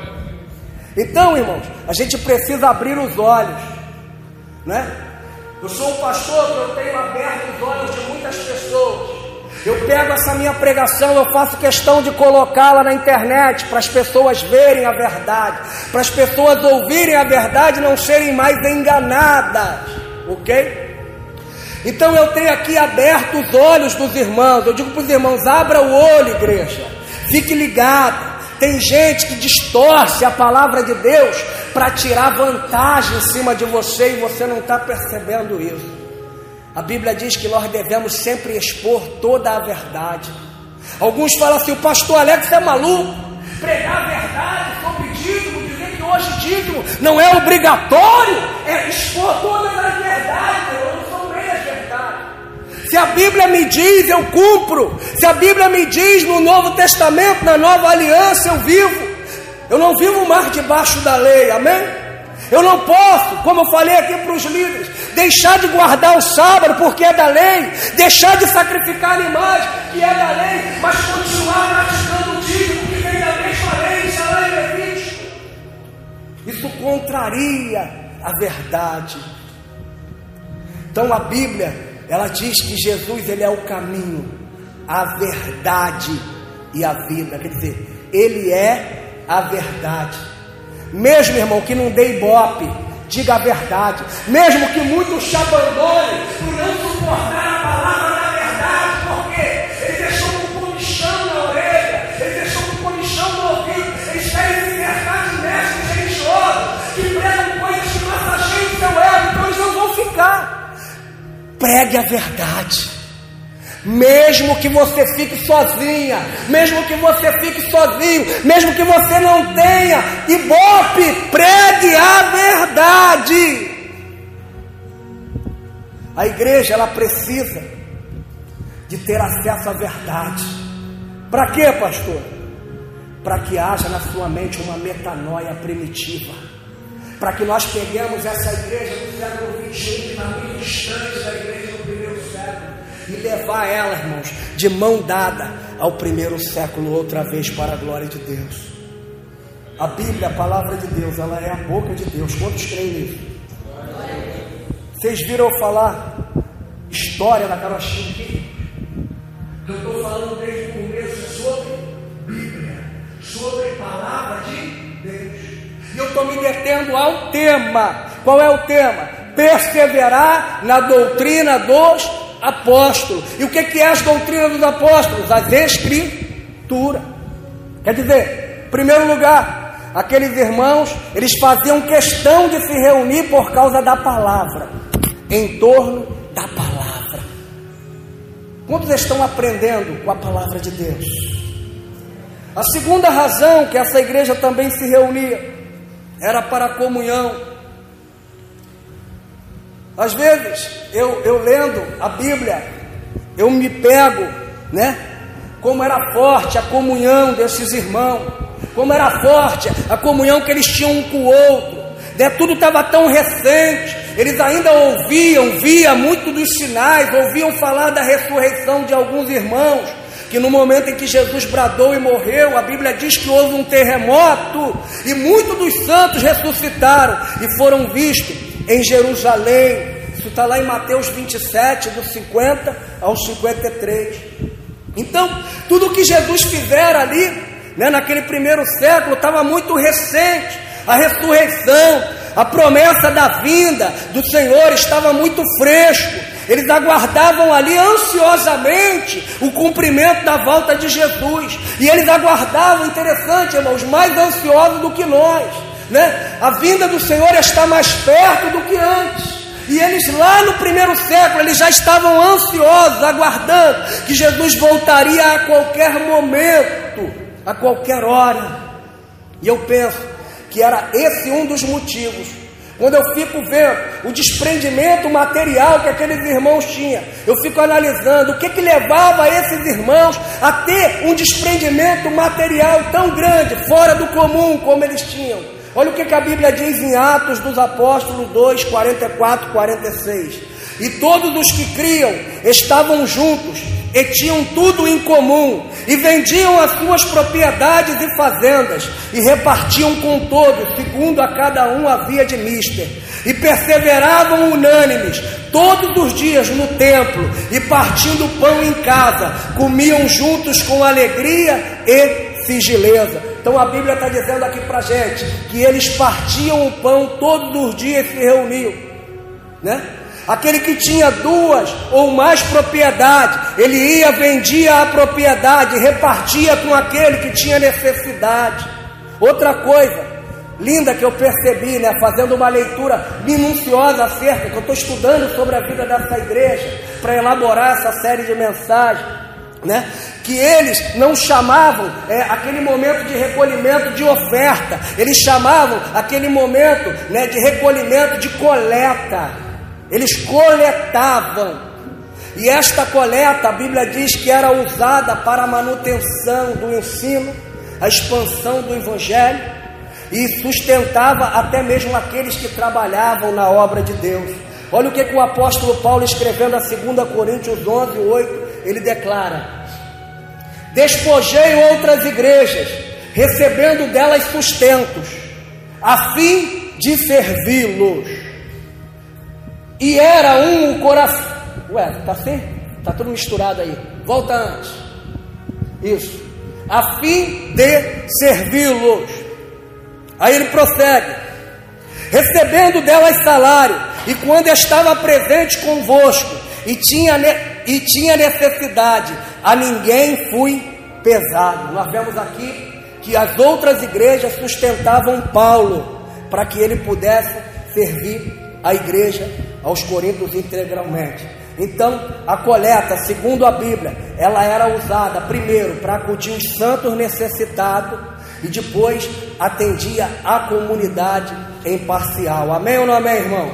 Então, irmãos, a gente precisa abrir os olhos, né? Eu sou um pastor que eu tenho aberto os olhos de muitas pessoas. Eu pego essa minha pregação, eu faço questão de colocá-la na internet para as pessoas verem a verdade, para as pessoas ouvirem a verdade e não serem mais enganadas, ok? Então eu tenho aqui aberto os olhos dos irmãos. Eu digo para os irmãos: abra o olho, igreja, fique ligado. Tem gente que distorce a palavra de Deus para tirar vantagem em cima de você e você não está percebendo isso. A Bíblia diz que nós devemos sempre expor toda a verdade. Alguns falam assim: o pastor Alex é maluco, pregar a verdade sobre dízimo, dizer que hoje dízimo não é obrigatório, é expor todas as verdades. Eu não sou meio as verdades. Se a Bíblia me diz, eu cumpro. Se a Bíblia me diz no Novo Testamento, na Nova Aliança, eu vivo. Eu não vivo mais debaixo da lei, amém? Eu não posso, como eu falei aqui para os líderes, deixar de guardar o sábado porque é da lei, deixar de sacrificar animais que é da lei, mas continuar praticando o dízimo que vem da mesma lei, isso é lá em Levítico. Isso contraria a verdade. Então a Bíblia, ela diz que Jesus, Ele é o caminho, a verdade e a vida. Quer dizer, Ele é a verdade. Mesmo, irmão, que não dê ibope, diga a verdade. Mesmo que muitos te abandonem por não suportar a palavra da verdade, porque ele deixou um comichão na orelha, ele deixou um comichão no ouvido, eles querem se libertar de mestres religiosos que pregam coisas que massageiam o seu ego, então eles não vão ficar. Pregue a verdade. Mesmo que você fique sozinha, mesmo que você fique sozinho, mesmo que você não tenha ibope, pregue a verdade. A igreja, ela precisa de ter acesso à verdade. Para quê, pastor? Para que haja na sua mente uma metanoia primitiva, para que nós peguemos essa igreja do século vinte e um, que está muito distante da igreja do primeiro século, e levar ela, irmãos, de mão dada ao primeiro século, outra vez, para a glória de Deus. A Bíblia, a palavra de Deus, ela é a boca de Deus. Quantos creem nisso? Vocês viram eu falar história da carochinha aqui? Eu estou falando desde o começo sobre Bíblia, sobre palavra de Deus. E eu estou me detendo ao tema. Qual é o tema? Perseverar na doutrina dos apóstolos. E o que é as doutrinas dos apóstolos? As escrituras. Quer dizer, em primeiro lugar, aqueles irmãos, eles faziam questão de se reunir por causa da palavra, em torno da palavra. Quantos estão aprendendo com a palavra de Deus? A segunda razão que essa igreja também se reunia era para a comunhão. Às vezes, eu, eu lendo a Bíblia, eu me pego, né? Como era forte a comunhão desses irmãos, como era forte a comunhão que eles tinham um com o outro, né? Tudo estava tão recente, eles ainda ouviam, via muito dos sinais, ouviam falar da ressurreição de alguns irmãos, que no momento em que Jesus bradou e morreu, a Bíblia diz que houve um terremoto e muitos dos santos ressuscitaram e foram vistos em Jerusalém. Isso está lá em Mateus vinte e sete, do cinquenta ao cinquenta e três. Então, tudo que Jesus fizera ali, né, naquele primeiro século, estava muito recente. A ressurreição, a promessa da vinda do Senhor estava muito fresco. Eles aguardavam ali ansiosamente o cumprimento da volta de Jesus. E eles aguardavam, interessante, irmãos, mais ansiosos do que nós, né? A vinda do Senhor está mais perto do que antes. E eles lá no primeiro século, eles já estavam ansiosos, aguardando que Jesus voltaria a qualquer momento, a qualquer hora. E eu penso que era esse um dos motivos. Quando eu fico vendo o desprendimento material que aqueles irmãos tinham, eu fico analisando o que que levava esses irmãos a ter um desprendimento material tão grande, fora do comum como eles tinham. Olha o que, que a Bíblia diz em Atos dos Apóstolos dois, quarenta e quatro, quarenta e seis. E todos os que criam estavam juntos e tinham tudo em comum, e vendiam as suas propriedades e fazendas, e repartiam com todos, segundo a cada um havia de mister, e perseveravam unânimes, todos os dias no templo, e partindo pão em casa, comiam juntos com alegria e sigileza. Então a Bíblia está dizendo aqui para a gente, que eles partiam o pão todos os dias e se reuniam, né? Aquele que tinha duas ou mais propriedades, ele ia, vendia a propriedade, repartia com aquele que tinha necessidade. Outra coisa linda que eu percebi, né, fazendo uma leitura minuciosa acerca, que eu estou estudando sobre a vida dessa igreja, para elaborar essa série de mensagens, né, que eles não chamavam é, aquele momento de recolhimento de oferta, eles chamavam aquele momento, né, de recolhimento de coleta. Eles coletavam, e esta coleta, a Bíblia diz que era usada para a manutenção do ensino, a expansão do Evangelho, e sustentava até mesmo aqueles que trabalhavam na obra de Deus. Olha o que, que o apóstolo Paulo, escrevendo a segunda Coríntios onze, oito, ele declara: despojei outras igrejas, recebendo delas sustentos, a fim de servi-los. E era um o coração. Ué, tá assim? Tá tudo misturado aí. Volta antes. Isso. A fim de servi-los. Aí ele prossegue: recebendo delas salário, e quando estava presente convosco, e tinha, e tinha necessidade, a ninguém fui pesado. Nós vemos aqui que as outras igrejas sustentavam Paulo, para que ele pudesse servir a igreja aos Coríntios integralmente. Então, a coleta, segundo a Bíblia, ela era usada primeiro para acudir os santos necessitados e depois atendia a comunidade em parcial. Amém ou não amém, irmãos?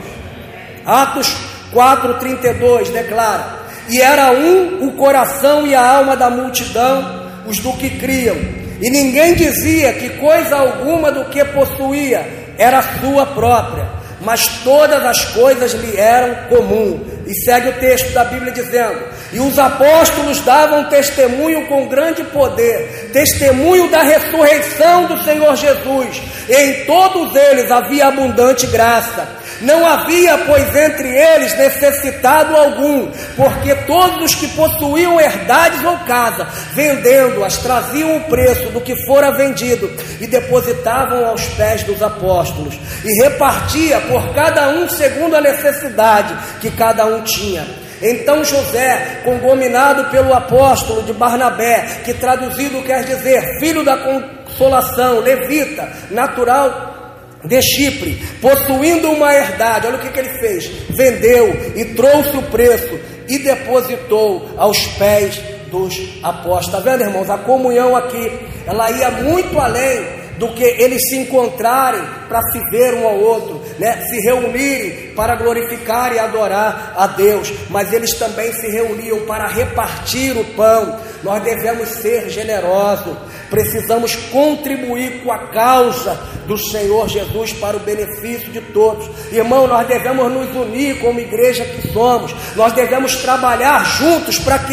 Atos quatro, trinta e dois declara: e era um o coração e a alma da multidão, os do que criam, e ninguém dizia que coisa alguma do que possuía era sua própria, mas todas as coisas lhe eram comum. E segue o texto da Bíblia dizendo: e os apóstolos davam testemunho com grande poder, testemunho da ressurreição do Senhor Jesus, e em todos eles havia abundante graça. Não havia, pois, entre eles necessitado algum, porque todos os que possuíam herdades ou casa, vendendo-as, traziam o preço do que fora vendido e depositavam aos pés dos apóstolos, e repartia por cada um segundo a necessidade que cada um tinha. Então José, congominado pelo apóstolo de Barnabé, que traduzido quer dizer filho da consolação, levita, natural de Chipre, possuindo uma herdade, olha o que, que ele fez: vendeu e trouxe o preço e depositou aos pés dos apóstolos. Está vendo, irmãos? A comunhão aqui, ela ia muito além do que eles se encontrarem para se ver um ao outro, né? Se reunirem para glorificar e adorar a Deus, mas eles também se reuniam para repartir o pão. Nós devemos ser generosos, precisamos contribuir com a causa do Senhor Jesus para o benefício de todos. Irmão, nós devemos nos unir como igreja que somos, nós devemos trabalhar juntos para quê?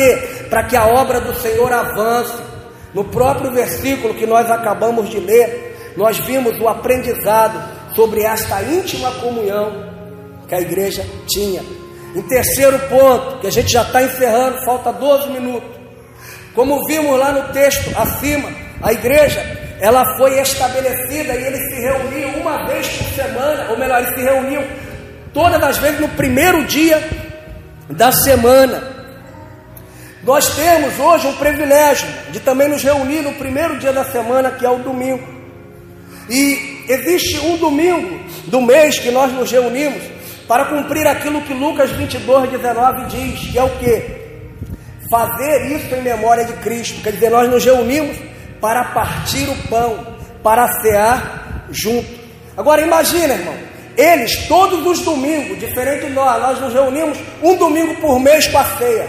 para que a obra do Senhor avance. No próprio versículo que nós acabamos de ler, nós vimos o aprendizado sobre esta íntima comunhão que a igreja tinha. Em terceiro ponto, que a gente já está encerrando, falta doze minutos. Como vimos lá no texto acima, a igreja, ela foi estabelecida e eles se reuniam uma vez por semana, ou melhor, eles se reuniam todas as vezes no primeiro dia da semana. Nós temos hoje um privilégio de também nos reunir no primeiro dia da semana, que é o domingo. E existe um domingo do mês que nós nos reunimos para cumprir aquilo que Lucas vinte e dois, dezenove diz, que é o quê? Fazer isso em memória de Cristo. Quer dizer, nós nos reunimos para partir o pão, para cear junto. Agora imagina, irmão, eles todos os domingos, diferente de nós, nós nos reunimos um domingo por mês com a ceia.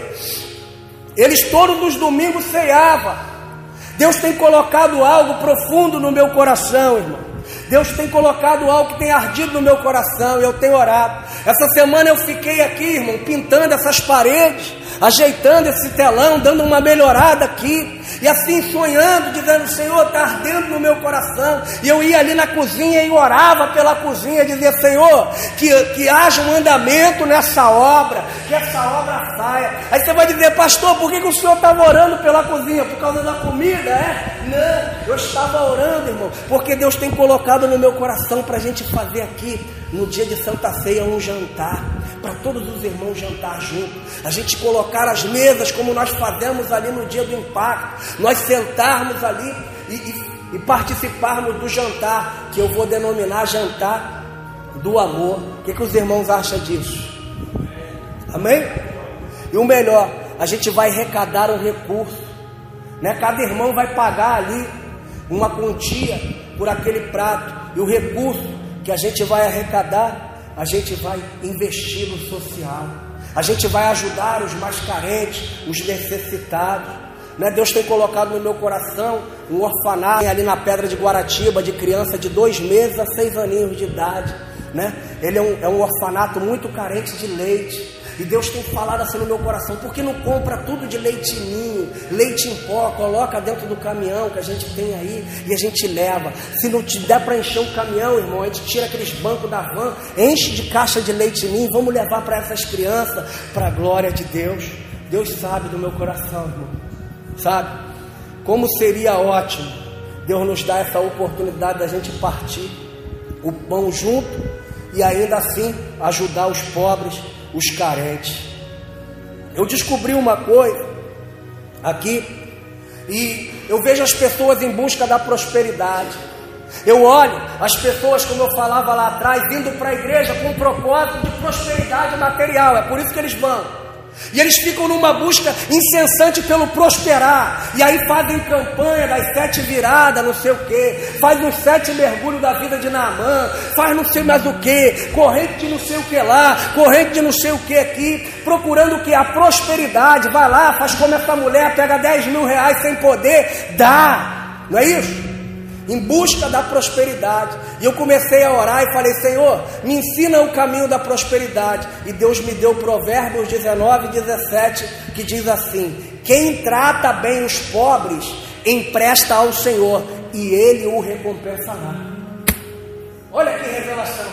Eles todos os domingos ceavam. Deus tem colocado algo profundo no meu coração, irmão. Deus tem colocado algo que tem ardido no meu coração e eu tenho orado. Essa semana eu fiquei aqui, irmão, pintando essas paredes, ajeitando esse telão, dando uma melhorada aqui. E assim sonhando, dizendo, Senhor, está ardendo no meu coração. E eu ia ali na cozinha e orava pela cozinha, dizia, Senhor, que, que haja um andamento nessa obra, que essa obra saia. Aí você vai dizer, pastor, por que, que o senhor estava orando pela cozinha? Por causa da comida, é? Não, eu estava orando, irmão, porque Deus tem colocado no meu coração para a gente fazer aqui, no dia de Santa Ceia, um jantar, para todos os irmãos jantar junto, a gente colocar as mesas como nós fazemos ali no dia do impacto, nós sentarmos ali e, e, e participarmos do jantar, que eu vou denominar jantar do amor. O que, que os irmãos acham disso? Amém? E o melhor, a gente vai arrecadar um recurso, né? Cada irmão vai pagar ali uma quantia por aquele prato, e o recurso que a gente vai arrecadar, a gente vai investir no social, a gente vai ajudar os mais carentes, os necessitados, né? Deus tem colocado no meu coração um orfanato ali na Pedra de Guaratiba, de criança de dois meses a seis aninhos de idade, né? Ele é um, é um orfanato muito carente de leite. E Deus tem falado assim no meu coração, por que não compra tudo de leite ninho, leite em pó, coloca dentro do caminhão que a gente tem aí e a gente leva. Se não te der para encher o caminhão, irmão, a gente tira aqueles bancos da van, enche de caixa de leite ninho, vamos levar para essas crianças, para a glória de Deus. Deus sabe do meu coração, irmão, sabe? Como seria ótimo Deus nos dar essa oportunidade da gente partir o pão junto e ainda assim ajudar os pobres, os carentes. Eu descobri uma coisa aqui, e eu vejo as pessoas em busca da prosperidade. Eu olho as pessoas, como eu falava lá atrás, indo para a igreja com um propósito de prosperidade material. É por isso que eles vão. E eles ficam numa busca incessante pelo prosperar. E aí fazem campanha das sete viradas, não sei o que, faz os sete mergulhos da vida de Naamã, faz não sei mais o que, corrente de não sei o que lá, corrente de não sei o que aqui, procurando o que? A prosperidade. Vai lá, faz como essa mulher, pega dez mil reais sem poder, dá. Não é isso? Em busca da prosperidade. E eu comecei a orar e falei, Senhor, me ensina o caminho da prosperidade. E Deus me deu Provérbios dezenove, dezessete, que diz assim: quem trata bem os pobres, empresta ao Senhor, e Ele o recompensará. Olha que revelação.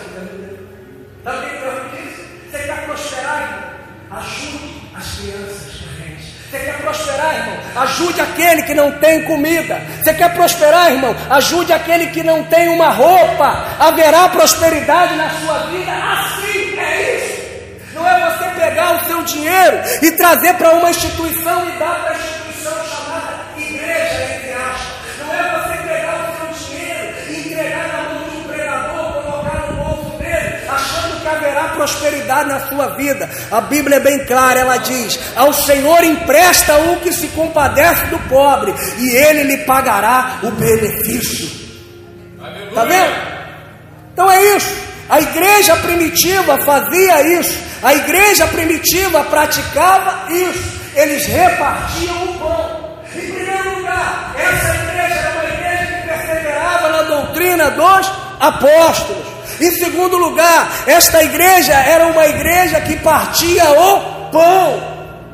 Sabe o que Deus diz? Você quer prosperar, irmão? Ajude as crianças. Você quer prosperar, irmão? Ajude aquele que não tem comida. Você quer prosperar, irmão? Ajude aquele que não tem uma roupa. Haverá prosperidade na sua vida. Assim é isso. Não é você pegar o seu dinheiro e trazer para uma instituição e dar para a instituição chamada igreja, entre aspas. Não é você pegar o seu dinheiro e entregar na mão de um pregador, colocar no bolso dele, achando que haverá prosperidade na sua vida. A Bíblia é bem clara, ela diz: ao Senhor empresta o que se compadece do pobre, e Ele lhe pagará o benefício. Está vendo? Então é isso. A igreja primitiva fazia isso. A igreja primitiva praticava isso. Eles repartiam o pão. Em primeiro lugar, essa igreja era uma igreja que perseverava na doutrina dos apóstolos. Em segundo lugar, esta igreja era uma igreja que partia o pão.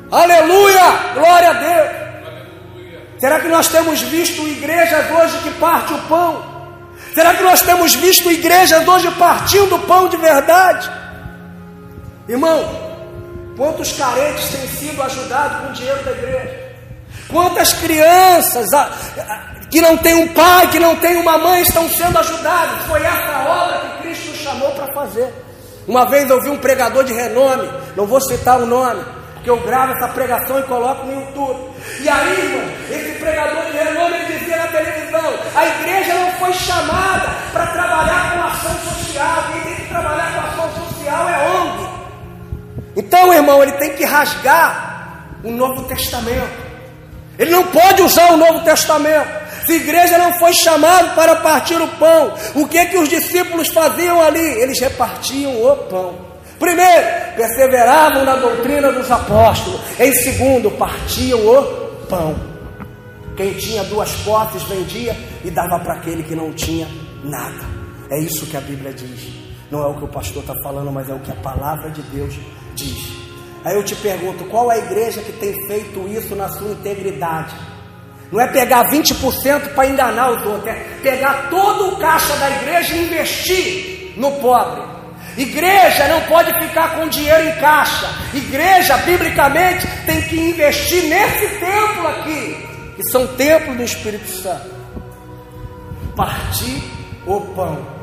Aleluia! Glória a Deus! Será que nós temos visto igrejas hoje que partem o pão? Será que nós temos visto igrejas hoje partindo o pão de verdade? Irmão, quantos carentes têm sido ajudados com o dinheiro da igreja? Quantas crianças a, a, que não tem um pai, que não tem uma mãe, estão sendo ajudadas? Foi essa obra que Cristo nos chamou para fazer. Uma vez eu vi um pregador de renome, não vou citar o nome, porque eu gravo essa pregação e coloco no YouTube. E aí, irmão, esse pregador de renome, ele dizia na televisão: a igreja não foi chamada para trabalhar com ação social, quem tem que trabalhar com ação social é O N G. Então, irmão, ele tem que rasgar o Novo Testamento. Ele não pode usar o Novo Testamento. Se a igreja não foi chamada para partir o pão, o que que os discípulos faziam ali? Eles repartiam o pão. Primeiro, perseveravam na doutrina dos apóstolos. Em segundo, partiam o pão. Quem tinha duas posses vendia e dava para aquele que não tinha nada. É isso que a Bíblia diz. Não é o que o pastor está falando, mas é o que a palavra de Deus diz. Aí eu te pergunto, qual é a igreja que tem feito isso na sua integridade? Não é pegar vinte por cento para enganar os outros, é pegar todo o caixa da igreja e investir no pobre. Igreja não pode ficar com dinheiro em caixa. Igreja, biblicamente, tem que investir nesse templo aqui, que são templos do Espírito Santo. Partir o pão.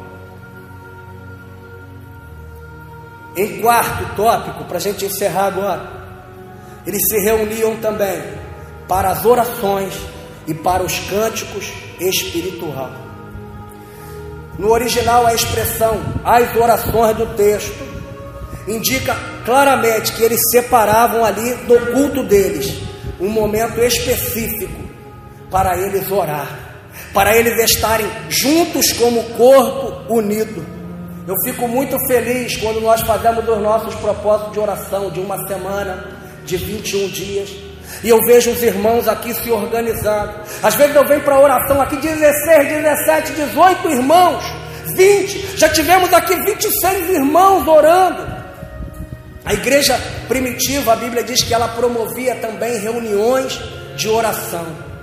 Em quarto tópico, para a gente encerrar agora, eles se reuniam também para as orações e para os cânticos espirituais. No original, a expressão as orações do texto indica claramente que eles separavam ali do culto deles um momento específico para eles orar, para eles estarem juntos como corpo unido. Eu fico muito feliz quando nós fazemos os nossos propósitos de oração de uma semana, de vinte e um dias, e eu vejo os irmãos aqui se organizando. Às vezes eu venho para a oração aqui dezesseis, dezessete, dezoito irmãos, vinte, já tivemos aqui vinte e seis irmãos orando. A igreja primitiva, a Bíblia diz que ela promovia também reuniões de oração.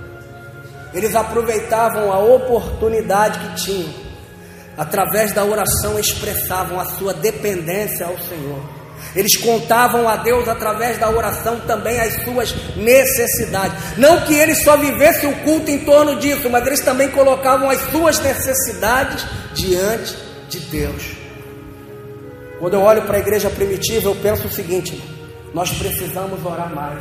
Eles aproveitavam a oportunidade que tinham. Através da oração expressavam a sua dependência ao Senhor. Eles contavam a Deus através da oração também as suas necessidades. Não que eles só vivessem o culto em torno disso, mas eles também colocavam as suas necessidades diante de Deus. Quando eu olho para a igreja primitiva, eu penso o seguinte: nós precisamos orar mais.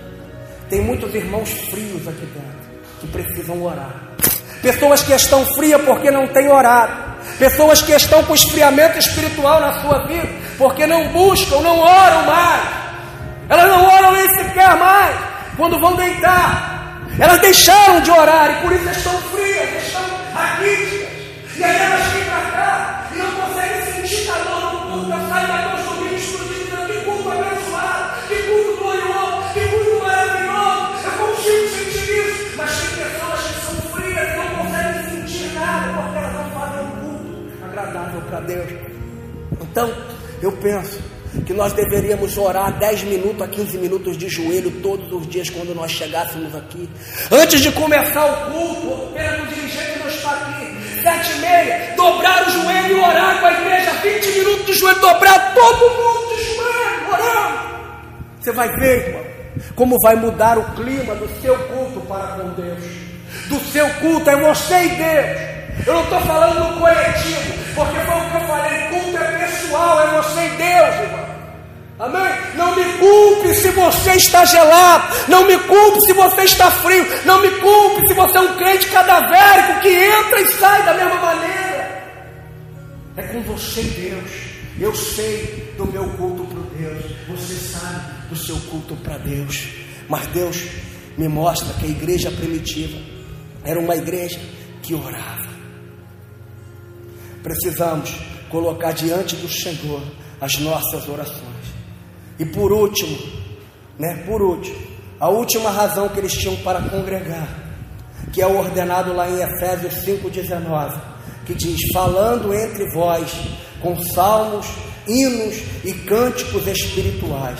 Tem muitos irmãos frios aqui dentro que precisam orar. Pessoas que estão frias porque não têm orado. Pessoas que estão com esfriamento espiritual na sua vida porque não buscam, não oram mais. Elas não oram nem sequer mais quando vão deitar. Elas deixaram de orar e por isso estão frias, estão raquíticas. E aí elas vêm para cá e não conseguem sentir calor no culto. Eu saio da noite do vídeo explodindo, que culto abençoado, que culto glorioso, que culto maravilhoso. Eu consigo sentir isso, mas tem pessoas que são frias e não conseguem sentir nada porque elas não fazem um culto agradável para Deus. Então, eu penso que nós deveríamos orar dez minutos a quinze minutos de joelho todos os dias quando nós chegássemos aqui. Antes de começar o culto, o pena do dirigente não está aqui. Sete e meia, dobrar o joelho e orar com a igreja. vinte minutos de joelho, dobrar todo mundo de joelho, orando. Você vai ver, irmão, como vai mudar o clima do seu culto para com Deus. Do seu culto, é você e Deus. Eu não estou falando no coletivo, porque foi o que eu falei, culto é pessoal, é você e Deus, irmão. Amém? Não me culpe se você está gelado, não me culpe se você está frio, não me culpe se você é um crente cadavérico que entra e sai da mesma maneira. É com você e Deus. Eu sei do meu culto para Deus, você sabe do seu culto para Deus. Mas Deus me mostra que a igreja primitiva era uma igreja que orava. Precisamos colocar diante do Senhor as nossas orações. E por último, né, por último, a última razão que eles tinham para congregar, que é ordenado lá em Efésios cinco, dezenove, que diz: falando entre vós com salmos, hinos e cânticos espirituais,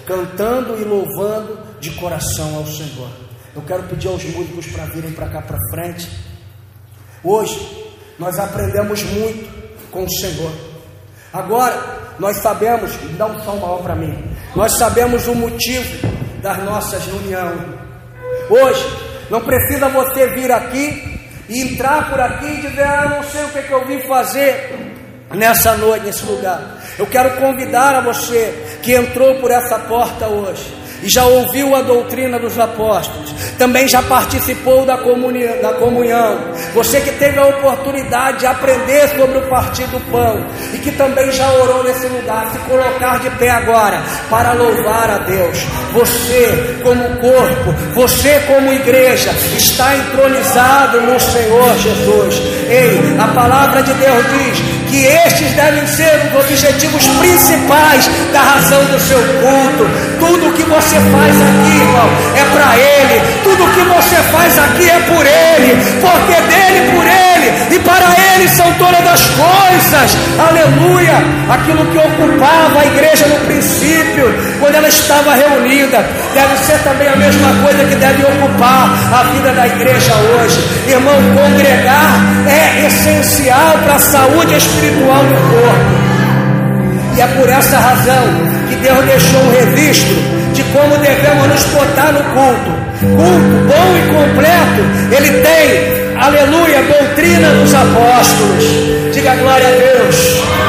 cantando e louvando de coração ao Senhor. Eu quero pedir aos músicos para virem para cá para frente. Hoje nós aprendemos muito com o Senhor. Agora nós sabemos, dá um som maior para mim, nós sabemos o motivo das nossas reuniões. Hoje não precisa você vir aqui e entrar por aqui e dizer: ah, não sei o que, que eu vim fazer nessa noite, nesse lugar. Eu quero convidar a você que entrou por essa porta hoje e já ouviu a doutrina dos apóstolos, também já participou da comunhão, da comunhão, você que teve a oportunidade de aprender sobre o partir do pão e que também já orou nesse lugar, se colocar de pé agora para louvar a Deus. Você como corpo, você como igreja, está entronizado no Senhor Jesus. Ei, a palavra de Deus diz que estes devem ser os objetivos principais da razão do seu culto. Tudo que você faz aqui, irmão, é para Ele. Tudo que você faz aqui é por Ele, porque dele, por Ele e para Ele são todas as coisas. Aleluia! Aquilo que ocupava a igreja no princípio, quando ela estava reunida, deve ser também a mesma coisa que deve ocupar a vida da igreja hoje. Irmão, congregar é essencial para a saúde espiritual do corpo. E é por essa razão que Deus deixou um registro de como devemos nos portar no culto. Culto bom e completo, ele tem, aleluia, doutrina dos apóstolos. Diga glória a Deus.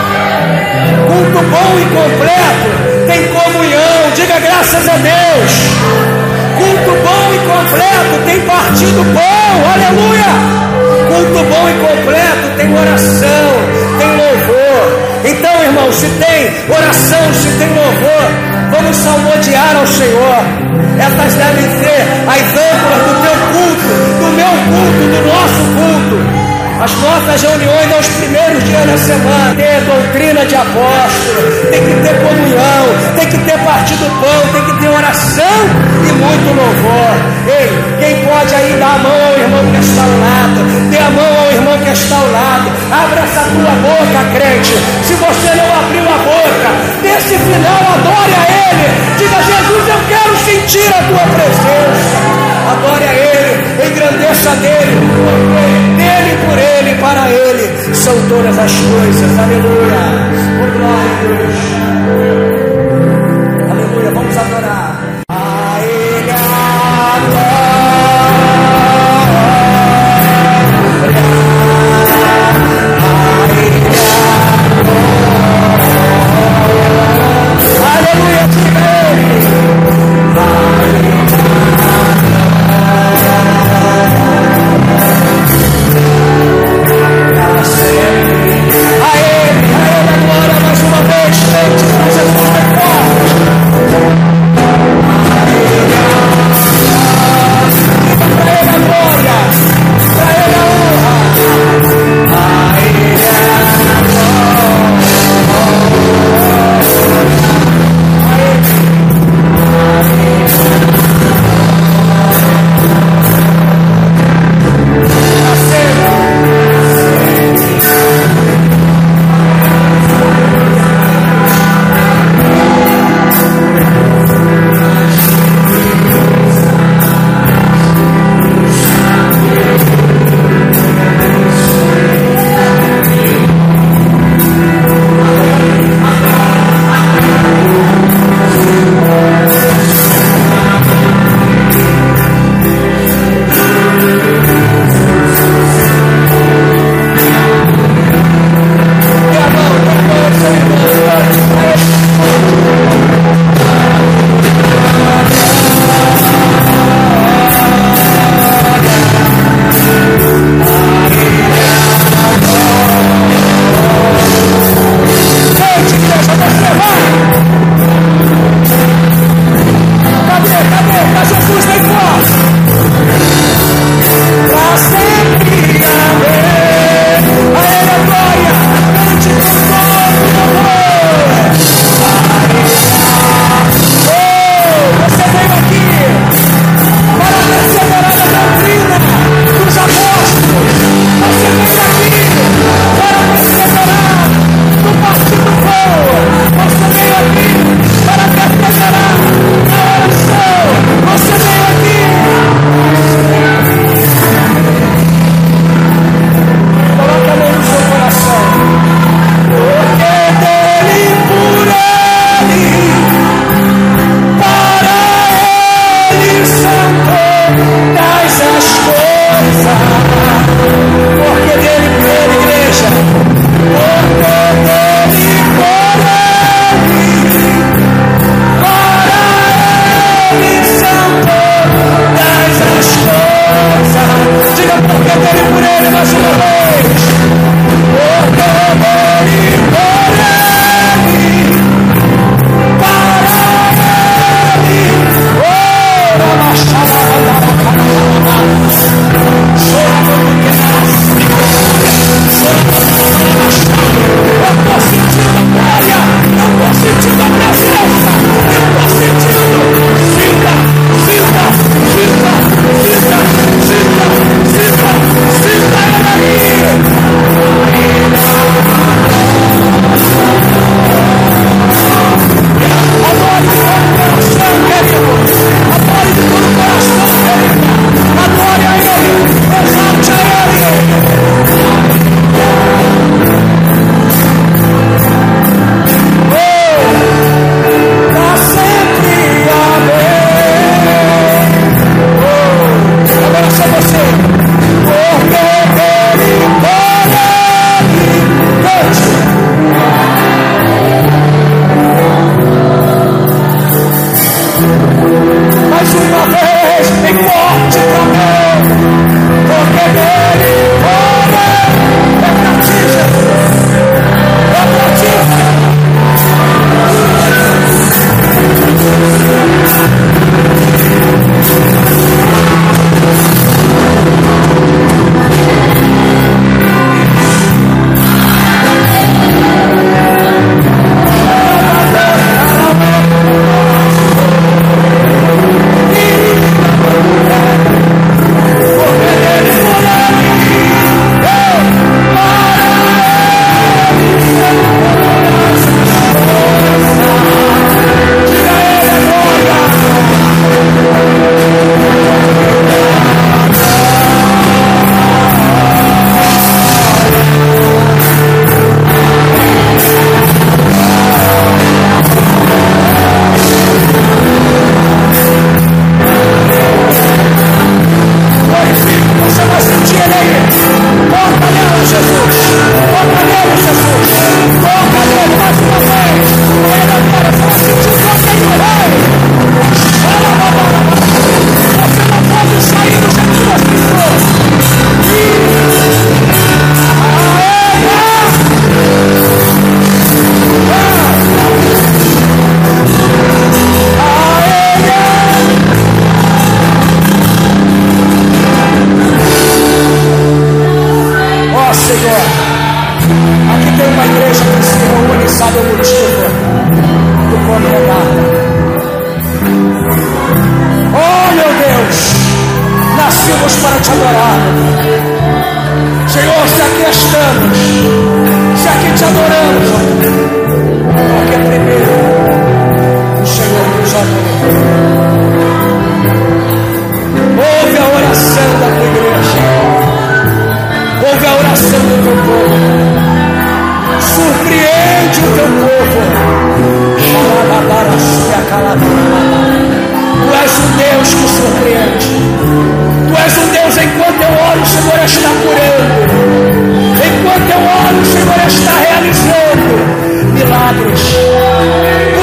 Culto bom e completo tem comunhão. Diga graças a Deus. Culto bom e completo tem partido bom. Aleluia. Culto bom e completo tem oração, tem louvor. Então, irmão, se tem oração, se tem louvor, vamos salmodiar ao Senhor. Essas devem ser as âncoras do teu culto, do meu culto, do nosso culto. As nossas reuniões aos primeiros dias da semana, ter doutrina de apóstolo, tem que ter comunhão, tem que ter partido do pão, tem que ter oração e muito louvor. Ei, quem pode aí dar a mão ao irmão que está ao lado, dê a mão ao irmão que está ao lado, abra essa tua boca, crente. Se você não abriu a boca, nesse final adore a Ele, diga: Jesus, eu quero sentir a tua presença. Adore a Ele, engrandeça dele, porque dele, por Ele, para Ele são todas as coisas. Aleluia. Oh, glória a Deus. Aleluia. Vamos adorar. A Ele adora. Aleluia. Você veio aqui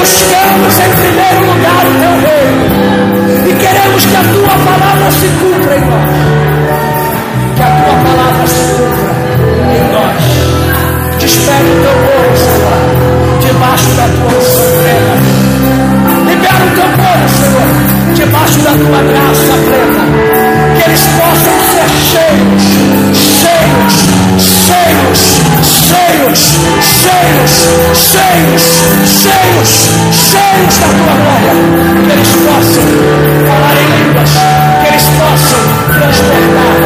buscamos em primeiro lugar o teu reino e queremos que a tua palavra se cumpra em nós. Que a tua palavra se cumpra em nós. Despede o teu povo, Senhor, debaixo da tua unção plena. Libera o teu povo, Senhor, debaixo da tua graça plena. Que eles possam ser cheios, cheios, cheios, cheios, cheios, cheios, cheios, cheios da tua glória. Que eles possam falar em línguas, que eles possam transbordar.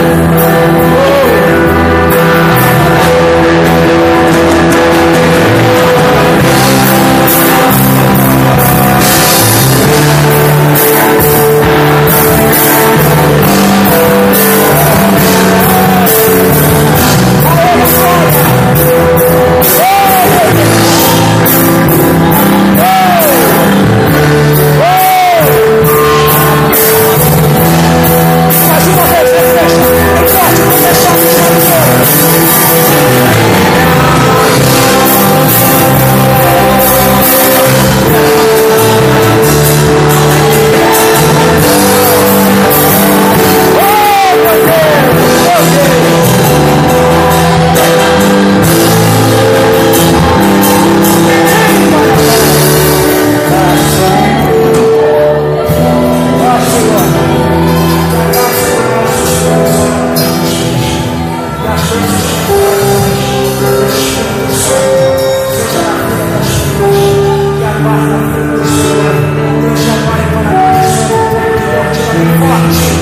Forte.